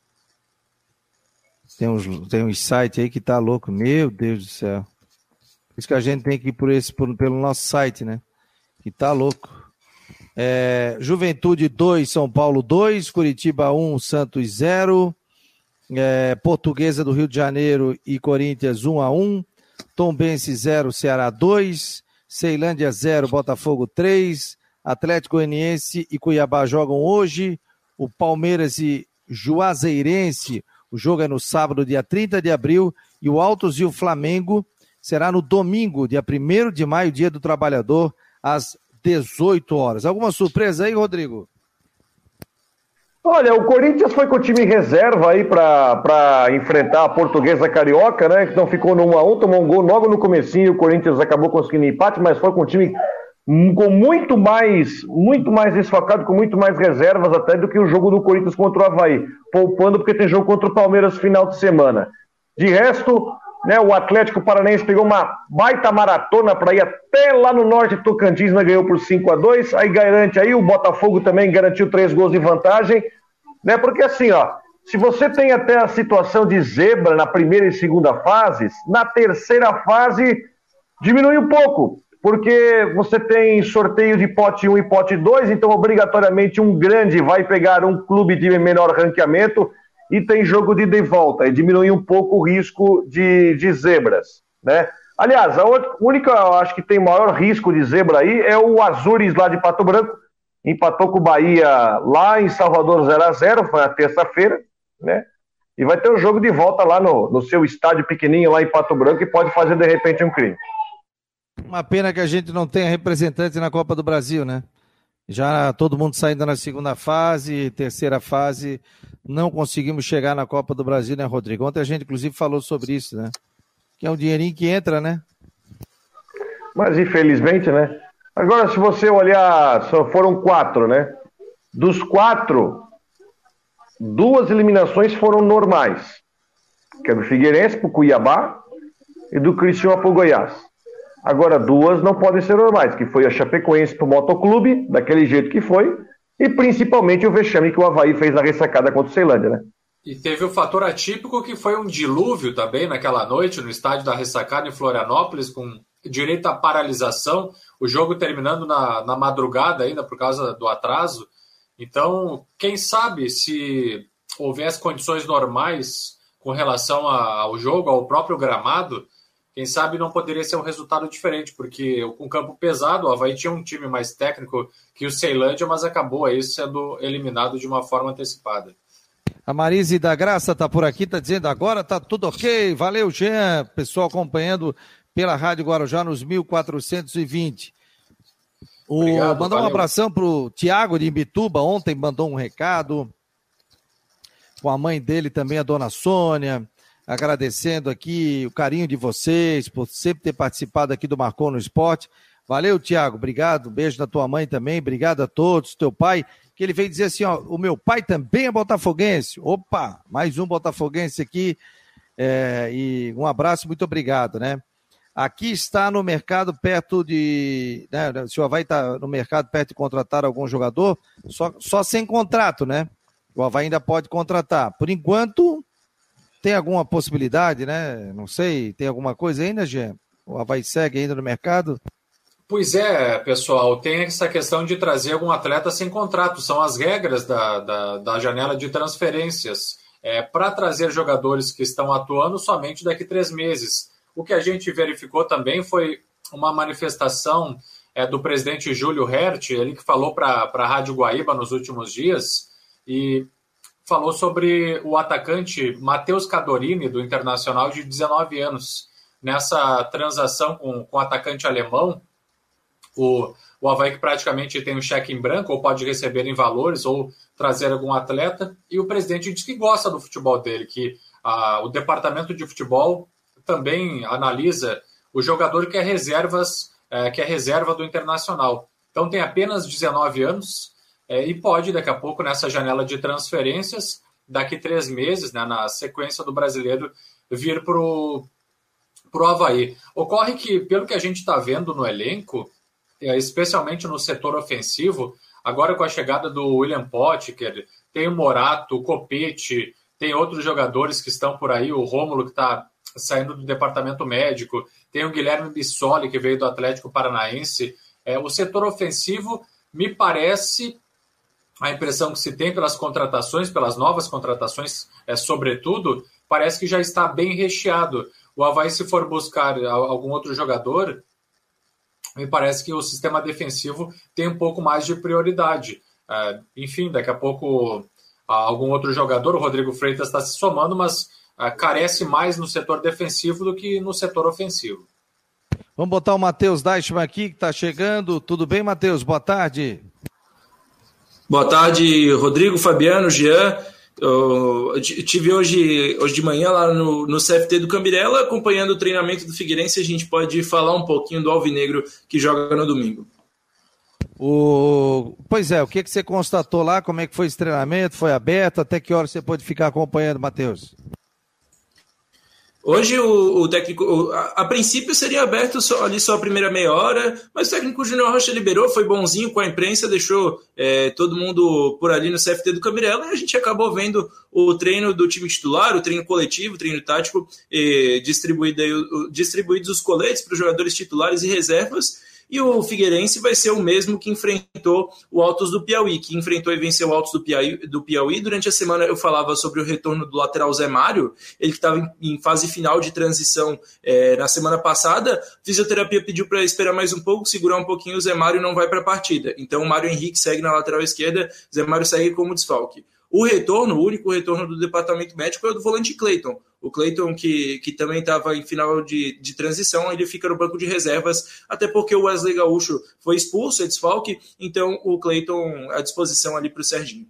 Tem uns, tem uns sites aí que tá louco. Meu Deus do céu. Por isso que a gente tem que ir por esse, por, pelo nosso site, né? Que tá louco. É, Juventude dois, São Paulo dois, Curitiba um, Santos zero, é, Portuguesa do Rio de Janeiro e Corinthians um a um, Tombense zero, Ceará dois, Ceilândia zero, Botafogo três, Atlético Goianiense e Cuiabá jogam hoje, o Palmeiras e Juazeirense, o jogo é no sábado, dia trinta de abril, e o Altos e o Flamengo será no domingo, dia primeiro de maio, dia do trabalhador, às dezoito horas. Alguma surpresa aí, Rodrigo? Olha, o Corinthians foi com o time reserva aí para enfrentar a Portuguesa Carioca, né? Que não ficou no um a um, tomou um gol logo no comecinho, o Corinthians acabou conseguindo empate, mas foi com o time com muito mais, muito mais desfalcado, com muito mais reservas até do que o jogo do Corinthians contra o Avaí, poupando porque tem jogo contra o Palmeiras no final de semana. De resto, né, o Atlético Paranaense pegou uma baita maratona para ir até lá no norte de Tocantins, né, ganhou por cinco a dois, aí garante aí, o Botafogo também garantiu três gols de vantagem, né, porque assim, ó, se você tem até a situação de zebra na primeira e segunda fases, na terceira fase diminui um pouco, porque você tem sorteio de pote um e pote dois, então obrigatoriamente um grande vai pegar um clube de menor ranqueamento e tem jogo de de volta, e diminui um pouco o risco de, de zebras, né? Aliás, a outra, única, eu acho que tem maior risco de zebra aí é o Azures lá de Pato Branco, empatou com o Bahia lá em Salvador zero a zero, foi na terça-feira, né? E vai ter o jogo de volta lá no, no seu estádio pequenininho lá em Pato Branco e pode fazer de repente um crime. Uma pena que a gente não tenha representante na Copa do Brasil, né? Já todo mundo saindo na segunda fase, terceira fase, não conseguimos chegar na Copa do Brasil, né, Rodrigo? Ontem a gente, inclusive, falou sobre isso, né? Que é um dinheirinho que entra, né? Mas, infelizmente, né? Agora, se você olhar, só foram quatro, né? Dos quatro, duas eliminações foram normais. Que é do Figueirense para o Cuiabá e do Criciúma para o Goiás. Agora, duas não podem ser normais, que foi a Chapecoense para o Motoclube, daquele jeito que foi, e principalmente o vexame que o Avaí fez na ressacada contra o Ceilândia, né? E teve o fator atípico que foi um dilúvio também naquela noite no estádio da ressacada em Florianópolis, com direito à paralisação, o jogo terminando na, na madrugada ainda por causa do atraso. Então, quem sabe se houvesse condições normais com relação a, ao jogo, ao próprio gramado, quem sabe não poderia ser um resultado diferente, porque com campo pesado, o Avaí tinha um time mais técnico que o Ceilândia, mas acabou aí sendo eliminado de uma forma antecipada. A Marise da Graça está por aqui, está dizendo agora está tudo ok. Valeu, Jean. Pessoal acompanhando pela Rádio Guarujá nos mil quatrocentos e vinte. O, Obrigado, mandar um valeu. abração para o Tiago de Imbituba, ontem mandou um recado. Com a mãe dele também, a dona Sônia, agradecendo aqui o carinho de vocês, por sempre ter participado aqui do Marcou no Esporte. Valeu, Tiago, obrigado, beijo da tua mãe também, obrigado a todos, teu pai, que ele veio dizer assim, ó, o meu pai também é botafoguense. Opa, mais um botafoguense aqui, é, e um abraço, muito obrigado, né? Aqui está no mercado perto de, né, se o Avaí está no mercado perto de contratar algum jogador, só, só sem contrato, né? O Avaí ainda pode contratar. Por enquanto, tem alguma possibilidade, né? Não sei, tem alguma coisa ainda, Gê? O Avaí segue ainda no mercado? Pois é, pessoal, tem essa questão de trazer algum atleta sem contrato. São as regras da, da, da janela de transferências. É, para trazer jogadores que estão atuando somente daqui a três meses. O que a gente verificou também foi uma manifestação é, do presidente Júlio Hertz, ele que falou para a Rádio Guaíba nos últimos dias, e falou sobre o atacante Matheus Cadorini, do Internacional, de dezenove anos. Nessa transação com, com o atacante alemão, o, o Avaí que praticamente tem um cheque em branco, ou pode receber em valores, ou trazer algum atleta, e o presidente diz que gosta do futebol dele, que ah, o departamento de futebol também analisa o jogador que é, reservas, é, que é reserva do Internacional. Então tem apenas dezenove anos, É, e pode, daqui a pouco, nessa janela de transferências, daqui três meses, né, na sequência do brasileiro, vir para o Avaí. Ocorre que, pelo que a gente está vendo no elenco, é, especialmente no setor ofensivo, agora com a chegada do William Potker, tem o Morato, o Copete, tem outros jogadores que estão por aí, o Rômulo que está saindo do departamento médico, tem o Guilherme Bissoli, que veio do Atlético Paranaense. É, o setor ofensivo, me parece... A impressão que se tem pelas contratações, pelas novas contratações, é, sobretudo, parece que já está bem recheado. O Avaí, se for buscar algum outro jogador, me parece que o sistema defensivo tem um pouco mais de prioridade. É, enfim, daqui a pouco algum outro jogador, o Rodrigo Freitas está se somando, mas é, carece mais no setor defensivo do que no setor ofensivo. Vamos botar o Matheus Deichmann aqui, que está chegando. Tudo bem, Matheus? Boa tarde. Boa tarde, Rodrigo, Fabiano, Jean. Eu estive hoje, hoje de manhã lá no, no C F T do Cambirela, acompanhando o treinamento do Figueirense. A gente pode falar um pouquinho do Alvinegro que joga no domingo. O... Pois é, o que, que você constatou lá? Como é que foi esse treinamento? Foi aberto? Até que hora você pode ficar acompanhando, Matheus? Hoje o, o técnico, o, a, a princípio seria aberto só, ali só a primeira meia hora, mas o técnico Júnior Rocha liberou, foi bonzinho com a imprensa, deixou é, todo mundo por ali no C F T do Cambirela, e a gente acabou vendo o treino do time titular, o treino coletivo, o treino tático, e distribuído, distribuídos os coletes para os jogadores titulares e reservas. E o Figueirense vai ser o mesmo que enfrentou o Altos do Piauí, que enfrentou e venceu o Altos do Piauí, do Piauí. Durante a semana eu falava sobre o retorno do lateral Zé Mário, ele que estava em, em fase final de transição é, na semana passada. A fisioterapia pediu para esperar mais um pouco, segurar um pouquinho, o Zé Mário não vai para a partida. Então o Mário Henrique segue na lateral esquerda, Zé Mário segue como desfalque. O retorno, o único retorno do departamento médico é o do volante Cleiton. O Cleiton, que, que também estava em final de, de transição, ele fica no banco de reservas, até porque o Wesley Gaúcho foi expulso, é desfalque, então o Cleiton à disposição ali para o Serginho.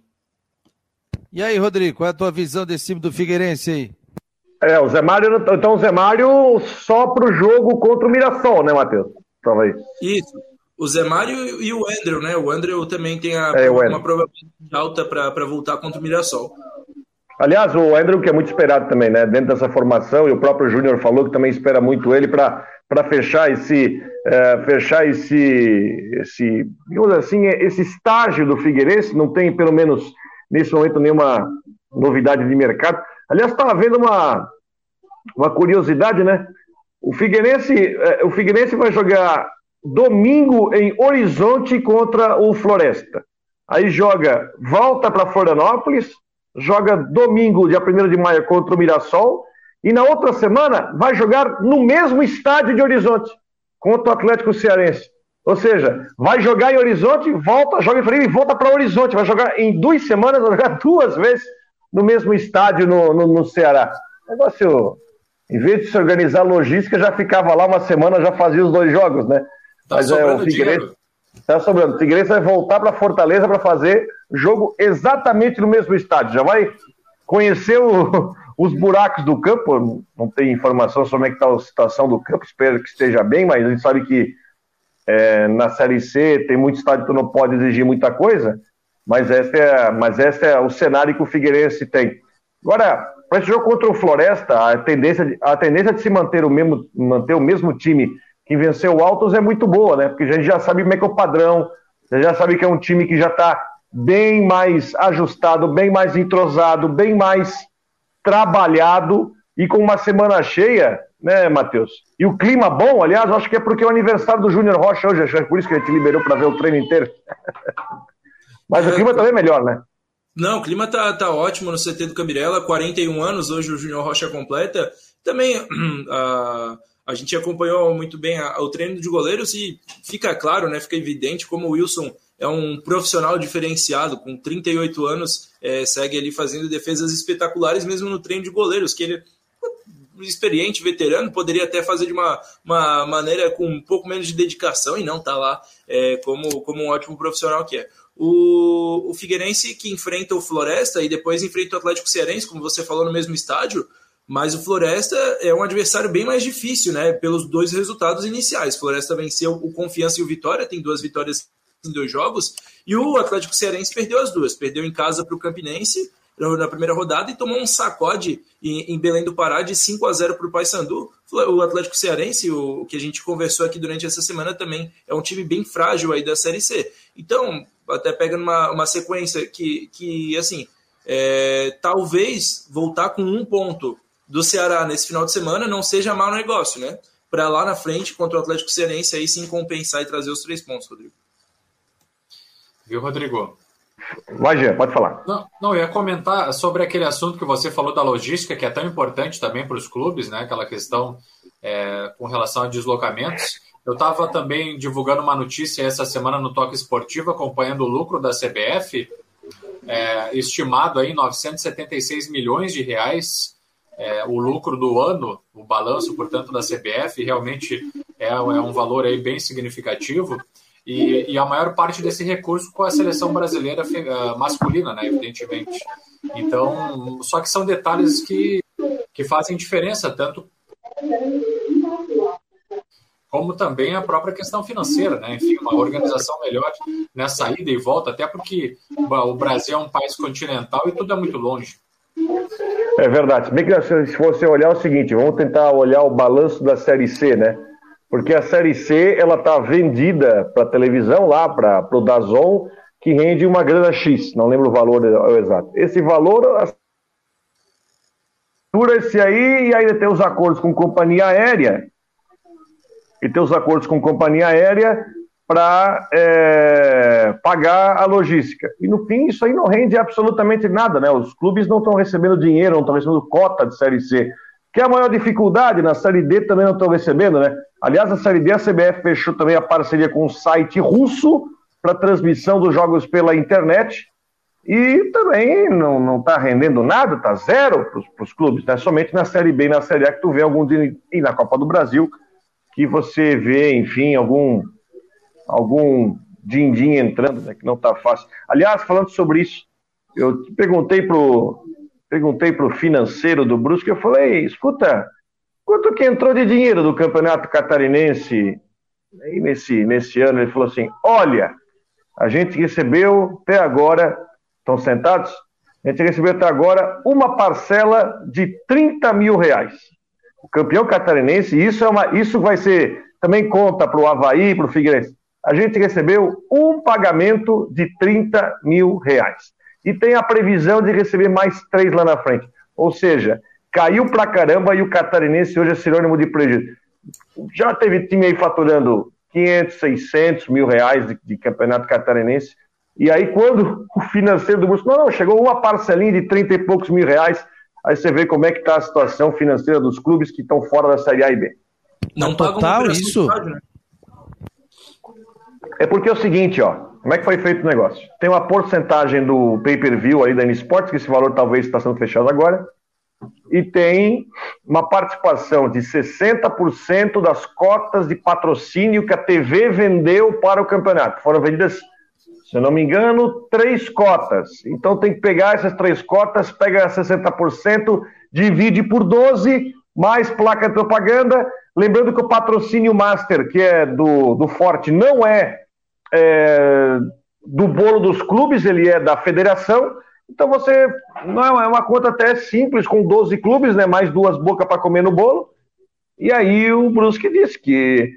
E aí, Rodrigo, qual é a tua visão desse time do Figueirense aí? É, o Zé Mário, então o Zé Mário só pro jogo contra o Mirassol, né, Matheus? Talvez. Isso. O Zé Mário e o Andrew, né? O Andrew também tem a, é, uma probabilidade alta para voltar contra o Mirassol. Aliás, o Andrew, que é muito esperado também, né? Dentro dessa formação, e o próprio Júnior falou que também espera muito ele para fechar esse, é, fechar esse, esse, digamos assim, esse estágio do Figueirense. Não tem, pelo menos nesse momento, nenhuma novidade de mercado. Aliás, estava vendo uma, uma curiosidade, né? O Figueirense, é, o Figueirense vai jogar domingo em Horizonte contra o Floresta. Aí joga, volta para Florianópolis, joga domingo, dia primeiro de maio, contra o Mirassol, e na outra semana vai jogar no mesmo estádio de Horizonte, contra o Atlético Cearense. Ou seja, vai jogar em Horizonte, volta, joga em Floripa e volta para Horizonte. Vai jogar em duas semanas, vai jogar duas vezes no mesmo estádio no, no, no Ceará. Negócio, em vez de se organizar logística, já ficava lá uma semana, já fazia os dois jogos, né? Tá Mas é, o Figueirense tá sobrando. O Figueirense vai voltar para Fortaleza para fazer jogo exatamente no mesmo estádio. Já vai conhecer o, os buracos do campo. Não tem informação sobre como é que está a situação do campo. Espero que esteja bem, mas a gente sabe que é, na Série C tem muito estádio que não pode exigir muita coisa. Mas esse é, mas esse é o cenário que o Figueirense tem. Agora, para esse jogo contra o Floresta, a tendência de, a tendência de se manter o mesmo, manter o mesmo time que venceu o Altos é muito boa, né? Porque a gente já sabe como é que é o padrão, a gente já sabe que é um time que já está bem mais ajustado, bem mais entrosado, bem mais trabalhado e com uma semana cheia, né, Matheus? E o clima bom, aliás, eu acho que é porque é o aniversário do Júnior Rocha hoje, acho que é por isso que ele te liberou para ver o treino inteiro. Mas o clima também é melhor, né? Não, o clima tá, tá ótimo no C T do Cambirela, quarenta e um anos, hoje o Júnior Rocha completa. Também a, a gente acompanhou muito bem a, o treino de goleiros e fica claro, né, fica evidente como o Wilson é um profissional diferenciado, com trinta e oito anos, é, segue ali fazendo defesas espetaculares mesmo no treino de goleiros, que ele experiente, veterano, poderia até fazer de uma, uma maneira com um pouco menos de dedicação e não tá lá é, como, como um ótimo profissional que é. O, o Figueirense que enfrenta o Floresta e depois enfrenta o Atlético Cearense, como você falou, no mesmo estádio, mas o Floresta é um adversário bem mais difícil, né, pelos dois resultados iniciais. O Floresta venceu o Confiança e o Vitória, tem duas vitórias em dois jogos, e o Atlético Cearense perdeu as duas, perdeu em casa para o Campinense na primeira rodada e tomou um sacode em Belém do Pará de cinco a zero para o Paysandu. O Atlético Cearense, o que a gente conversou aqui durante essa semana, também é um time bem frágil aí da Série C. Então, até pegando uma, uma sequência que, que assim, é, talvez voltar com um ponto do Ceará nesse final de semana não seja mau negócio, né? Para lá na frente, contra o Atlético Cearense, aí sim compensar e trazer os três pontos, Rodrigo. Viu, Rodrigo? Vai, Gê, pode falar. Não, não, eu ia comentar sobre aquele assunto que você falou da logística, que é tão importante também para os clubes, né? Aquela questão é, com relação a deslocamentos. Eu estava também divulgando uma notícia essa semana no Toque Esportivo, acompanhando o lucro da C B F, é, estimado aí em novecentos e setenta e seis milhões de reais, é, o lucro do ano, o balanço, portanto, da C B F, realmente é, é um valor aí bem significativo. E, e a maior parte desse recurso com a seleção brasileira uh, masculina, né, evidentemente. Então, só que são detalhes que, que fazem diferença, tanto como também a própria questão financeira, né? Enfim, uma organização melhor nessa ida e volta, até porque o Brasil é um país continental e tudo é muito longe. É verdade. Se bem que se você olhar é o seguinte, vamos tentar olhar o balanço da Série C, né? Porque a Série C, ela está vendida para televisão lá, para o DAZN, que rende uma grana X, não lembro o valor exato. Esse valor, esse aí, e ainda tem os acordos com companhia aérea, e tem os acordos com companhia aérea para é, pagar a logística. E no fim, isso aí não rende absolutamente nada, né? Os clubes não estão recebendo dinheiro, não estão recebendo cota de Série C. Que é a maior dificuldade, na Série D também não estão recebendo, né? Aliás, na Série D a C B F fechou também a parceria com um site russo para transmissão dos jogos pela internet e também não está rendendo nada, está zero para os clubes, né? Somente na Série B e na Série A que tu vê algum dia, e na Copa do Brasil, que você vê, enfim, algum, algum din-din entrando, né, que não está fácil. Aliás, falando sobre isso, eu perguntei pro, perguntei pro financeiro do Brusque, eu falei, escuta, quanto que entrou de dinheiro do Campeonato Catarinense aí nesse, nesse ano? Ele falou assim, olha, a gente recebeu até agora, estão sentados? A gente recebeu até agora uma parcela de trinta mil reais. O campeão catarinense, isso, é uma, isso vai ser, também conta para o Avaí, para o Figueirense. A gente recebeu um pagamento de trinta mil reais. E tem a previsão de receber mais três lá na frente. Ou seja, caiu pra caramba e o catarinense hoje é sinônimo de prejuízo. Já teve time aí faturando quinhentos, seiscentos mil reais de, de campeonato catarinense. E aí quando o financeiro do Brusque, não, não, chegou uma parcelinha de trinta e poucos mil reais, aí você vê como é que está a situação financeira dos clubes que estão fora da Série A e B. Não total isso? Né? É porque é o seguinte, ó, como é que foi feito o negócio? Tem uma porcentagem do pay-per-view aí da N Sports, que esse valor talvez está sendo fechado agora, e tem uma participação de sessenta por cento das cotas de patrocínio que a T V vendeu para o campeonato. Foram vendidas, se eu não me engano, três cotas. Então tem que pegar essas três cotas, pega sessenta por cento, divide por doze, mais placa de propaganda. Lembrando que o patrocínio master, que é do, do Forte, não é, é do bolo dos clubes, ele é da federação. Então você, não é uma conta até simples, com doze clubes, né, mais duas bocas para comer no bolo. E aí o Brusque disse que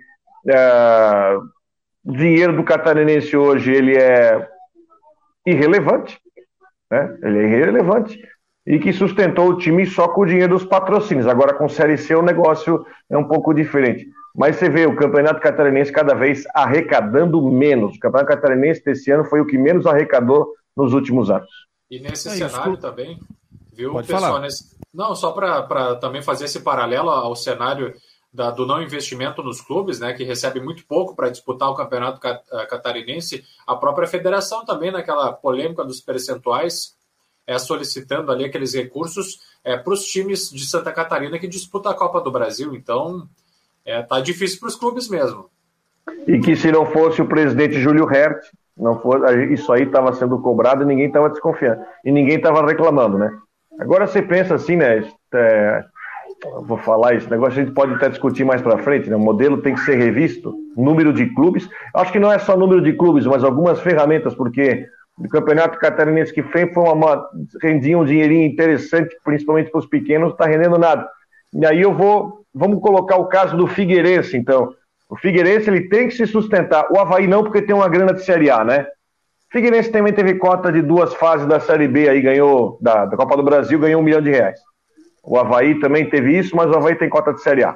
é, o dinheiro do catarinense hoje ele é irrelevante, né? Ele é irrelevante, e que sustentou o time só com o dinheiro dos patrocínios. Agora com Série C o negócio é um pouco diferente. Mas você vê o Campeonato Catarinense cada vez arrecadando menos. O Campeonato Catarinense desse ano foi o que menos arrecadou nos últimos anos. E nesse é cenário também, viu, Pode pessoal? falar. Nesse... Não, só para também fazer esse paralelo ao cenário da, do não investimento nos clubes, né, que recebe muito pouco para disputar o Campeonato Catarinense, a própria federação também, naquela polêmica dos percentuais, é, solicitando ali aqueles recursos é, para os times de Santa Catarina que disputam a Copa do Brasil. Então, é, tá difícil para os clubes mesmo. E que se não fosse o presidente Júlio Hert, não fosse, isso aí estava sendo cobrado e ninguém estava desconfiando. E ninguém estava reclamando, né? Agora você pensa assim, né? É, vou falar esse negócio, a gente pode até discutir mais para frente, né? O modelo tem que ser revisto, número de clubes. Acho que não é só número de clubes, mas algumas ferramentas, porque o Campeonato Catarinense que foi uma, uma, rendia um dinheirinho interessante, principalmente para os pequenos, não está rendendo nada. E aí eu vou, vamos colocar o caso do Figueirense, então. O Figueirense ele tem que se sustentar. O Avaí não, porque tem uma grana de Série A, né? O Figueirense também teve cota de duas fases da Série B, aí ganhou, da, da Copa do Brasil, ganhou um milhão de reais. O Avaí também teve isso, mas o Avaí tem cota de Série A.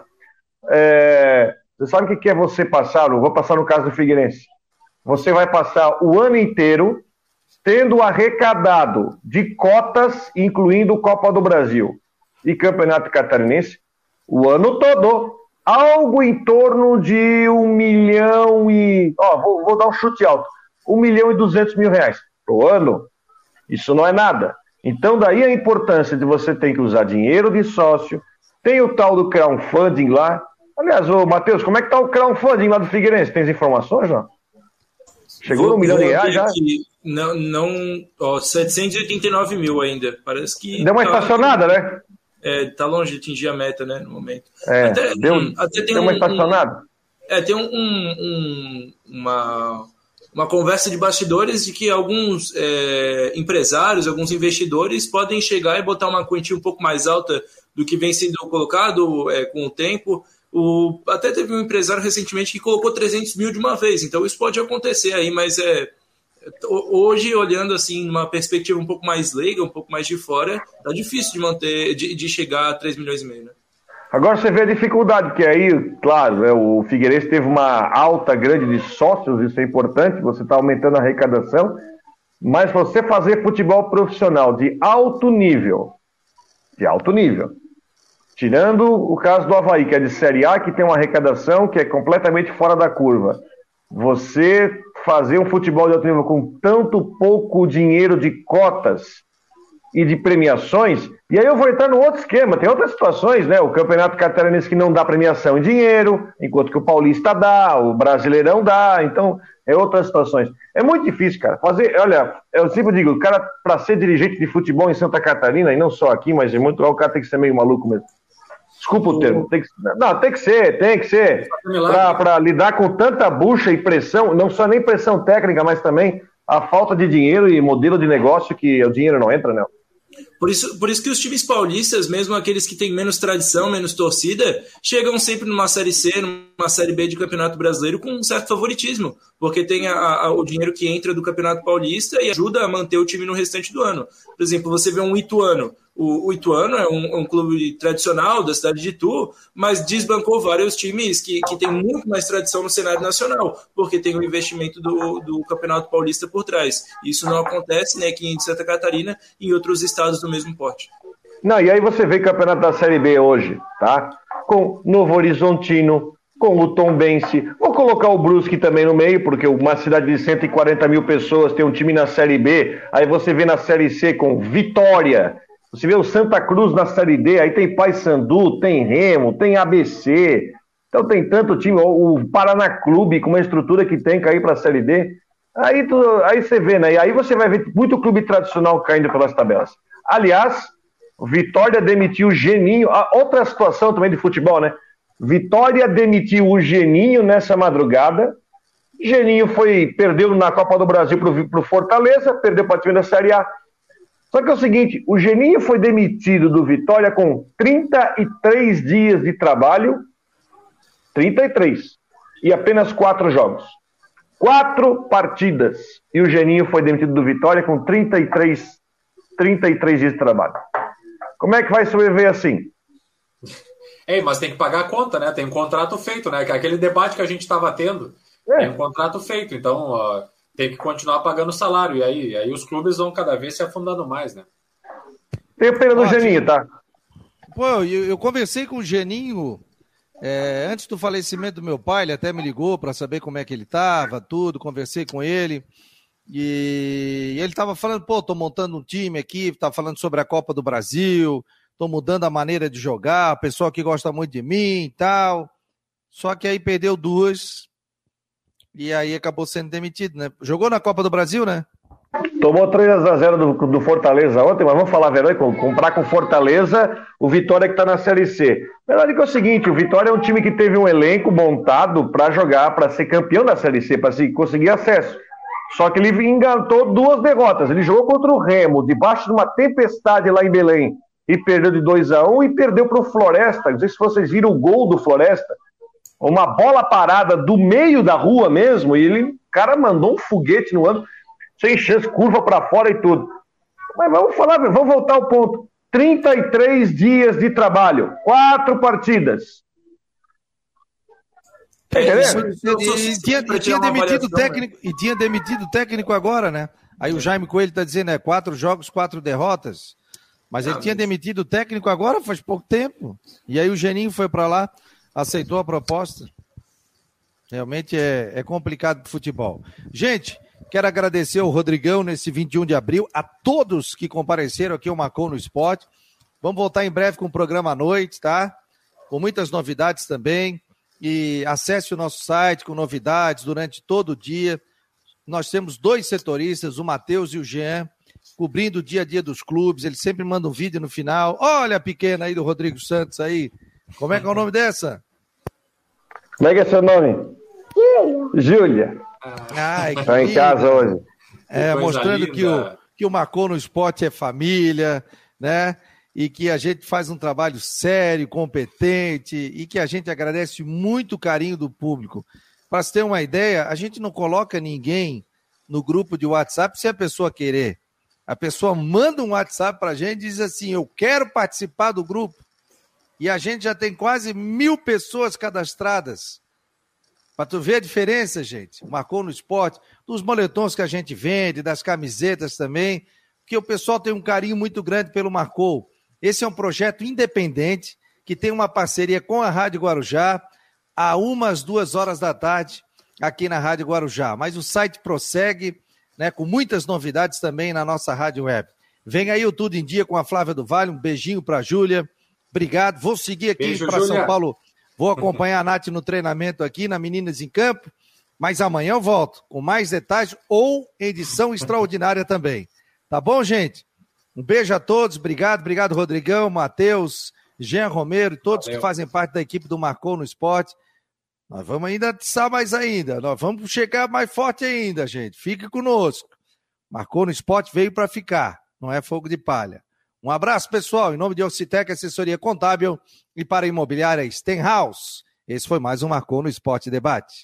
É, você sabe o que é você passar? Eu vou passar no caso do Figueirense. Você vai passar o ano inteiro tendo arrecadado de cotas, incluindo Copa do Brasil e Campeonato Catarinense, o ano todo, algo em torno de um milhão e... Ó, vou, vou dar um chute alto. Um milhão e duzentos mil reais por ano. Isso não é nada. Então, daí a importância de você ter que usar dinheiro de sócio. Tem o tal do crowdfunding lá. Aliás, ô Matheus, como é que tá o crowdfunding lá do Figueirense? Tem as informações, não? Chegou no milhão de reais já? Não, não, ó, setecentos e oitenta e nove mil ainda. Parece que... Deu uma tá, estacionada, né? É, tá longe de atingir a meta, né, no momento. É, até, deu, hum, até tem deu uma um, estacionada? Um, é, tem um, um, uma, uma conversa de bastidores de que alguns é, empresários, alguns investidores podem chegar e botar uma quantia um pouco mais alta do que vem sendo colocado é, com o tempo. O, até teve um empresário recentemente que colocou trezentos mil de uma vez, então isso pode acontecer aí, mas é... Hoje, olhando assim, numa perspectiva um pouco mais leiga, um pouco mais de fora, tá difícil de manter, de, de chegar a três milhões e meio, né? Agora você vê a dificuldade, porque aí, claro, né, o Figueirense teve uma alta grande de sócios, isso é importante, você está aumentando a arrecadação, mas você fazer futebol profissional de alto nível, de alto nível, tirando o caso do Avaí, que é de Série A, que tem uma arrecadação que é completamente fora da curva, você fazer um futebol de alto nível com tanto pouco dinheiro de cotas e de premiações, e aí eu vou entrar no outro esquema, tem outras situações, né? O Campeonato Catarinense que não dá premiação em dinheiro, enquanto que o Paulista dá, o Brasileirão dá, então é outras situações. É muito difícil, cara, fazer, olha, eu sempre digo, o cara, para ser dirigente de futebol em Santa Catarina, e não só aqui, mas em muito lugar, o cara tem que ser meio maluco mesmo. Desculpa o termo, tem que, não, tem que ser, tem que ser, para lidar com tanta bucha e pressão, não só nem pressão técnica, mas também a falta de dinheiro e modelo de negócio que o dinheiro não entra, né? Por isso, por isso que os times paulistas, mesmo aqueles que têm menos tradição, menos torcida, chegam sempre numa Série C, numa Série B de Campeonato Brasileiro com um certo favoritismo, porque tem a, a, o dinheiro que entra do Campeonato Paulista e ajuda a manter o time no restante do ano. Por exemplo, você vê um Ituano. O, o Ituano é um, um clube tradicional da cidade de Itu, mas desbancou vários times que, que têm muito mais tradição no cenário nacional, porque tem o investimento do, do Campeonato Paulista por trás. Isso não acontece, né, aqui em Santa Catarina e em outros estados do mesmo porte. Não, e aí você vê o Campeonato da Série B hoje, tá? Com Novo Horizontino, com o Tombense, vou colocar o Brusque também no meio, porque uma cidade de cento e quarenta mil pessoas tem um time na Série B, aí você vê na Série C com Vitória, você vê o Santa Cruz na Série D, aí tem Paysandu, tem Remo, tem A B C, então tem tanto time, o Paraná Clube com uma estrutura que tem cair para a Série D, aí, tu, aí você vê, né? E aí você vai ver muito clube tradicional caindo pelas tabelas. Aliás, Vitória demitiu o Geninho, ah, outra situação também de futebol, né? Vitória demitiu o Geninho nessa madrugada, Geninho foi, perdeu na Copa do Brasil para o Fortaleza, perdeu para o time da Série A. Só que é o seguinte, o Geninho foi demitido do Vitória com trinta e três dias de trabalho, trinta e três, e apenas quatro jogos. Quatro partidas. E o Geninho foi demitido do Vitória com trinta e três, trinta e três dias de trabalho. Como é que vai sobreviver assim? Ei, mas tem que pagar a conta, né? Tem um contrato feito, né? Aquele debate que a gente estava tendo, é. Tem um contrato feito, então... Ó, tem que continuar pagando salário, e aí, aí os clubes vão cada vez se afundando mais, né? Tenho pena do Ó, Geninho, tá? Pô, eu, eu conversei com o Geninho é, antes do falecimento do meu pai, ele até me ligou para saber como é que ele tava, tudo, conversei com ele, e, e ele tava falando, pô, tô montando um time aqui, tá falando sobre a Copa do Brasil, tô mudando a maneira de jogar, o pessoal que gosta muito de mim e tal, só que aí perdeu duas... E aí acabou sendo demitido, né? Jogou na Copa do Brasil, né? Tomou três a zero do, do Fortaleza ontem, mas vamos falar a verdade, comprar com Fortaleza, o Vitória que está na Série C. A verdade é que é o seguinte, o Vitória é um time que teve um elenco montado para jogar, para ser campeão da Série C, para conseguir acesso. Só que ele engatou duas derrotas. Ele jogou contra o Remo, debaixo de uma tempestade lá em Belém, e perdeu de dois a um e perdeu para o Floresta. Não sei se vocês viram o gol do Floresta. Uma bola parada do meio da rua mesmo, e ele, o cara mandou um foguete no ano, sem chance, curva para fora e tudo. Mas vamos falar, vamos voltar ao ponto. trinta e três dias de trabalho, quatro partidas. É, e, e, tinha, e tinha demitido técnico, né? E tinha demitido técnico agora, né? Aí o Jaime Coelho está dizendo, é quatro jogos, quatro derrotas. Mas ele ah, tinha demitido o técnico agora, faz pouco tempo. E aí o Geninho foi para lá, aceitou a proposta. Realmente é, é complicado de futebol. Gente, quero agradecer ao Rodrigão nesse vinte e um de abril, a todos que compareceram aqui ao Marcou no Esporte. Vamos voltar em breve com o programa à noite, tá? Com muitas novidades também. E acesse o nosso site com novidades durante todo o dia. Nós temos dois setoristas, o Matheus e o Jean, cobrindo o dia a dia dos clubes. Eles sempre mandam um vídeo no final. Olha a pequena aí do Rodrigo Santos aí. Como é que é o nome dessa? Como é que é seu nome? Júlia. Ai, que tá em casa hoje. É, mostrando que o, que o Marcou no Esporte é família, né? E que a gente faz um trabalho sério, competente, e que a gente agradece muito o carinho do público. Para você ter uma ideia, a gente não coloca ninguém no grupo de WhatsApp se a pessoa querer. A pessoa manda um WhatsApp para a gente e diz assim, eu quero participar do grupo. E a gente já tem quase mil pessoas cadastradas. Para tu ver a diferença, gente. Marcou no Esporte, dos moletons que a gente vende, das camisetas também, porque o pessoal tem um carinho muito grande pelo Marcou. Esse é um projeto independente, que tem uma parceria com a Rádio Guarujá, a umas duas horas da tarde. aqui na Rádio Guarujá. Mas o site prossegue, né, com muitas novidades também na nossa rádio web. Vem aí o Tudo em Dia com a Flávia do Vale, um beijinho para a Júlia. Obrigado, vou seguir aqui para São Paulo, vou acompanhar a Nath no treinamento aqui na Meninas em Campo, mas amanhã eu volto com mais detalhes ou edição extraordinária também. Tá bom, gente? Um beijo a todos, obrigado, obrigado Rodrigão, Matheus, Jean Romero e todos Valeu. Que fazem parte da equipe do Marcou no Esporte. Nós vamos ainda atiçar mais ainda, nós vamos chegar mais forte ainda, gente. Fique conosco. Marcou no Esporte veio para ficar, não é fogo de palha. Um abraço, pessoal, em nome de Ocitec, assessoria contábil e para a imobiliária Stenhouse. Esse foi mais um Marcou no Esporte Debate.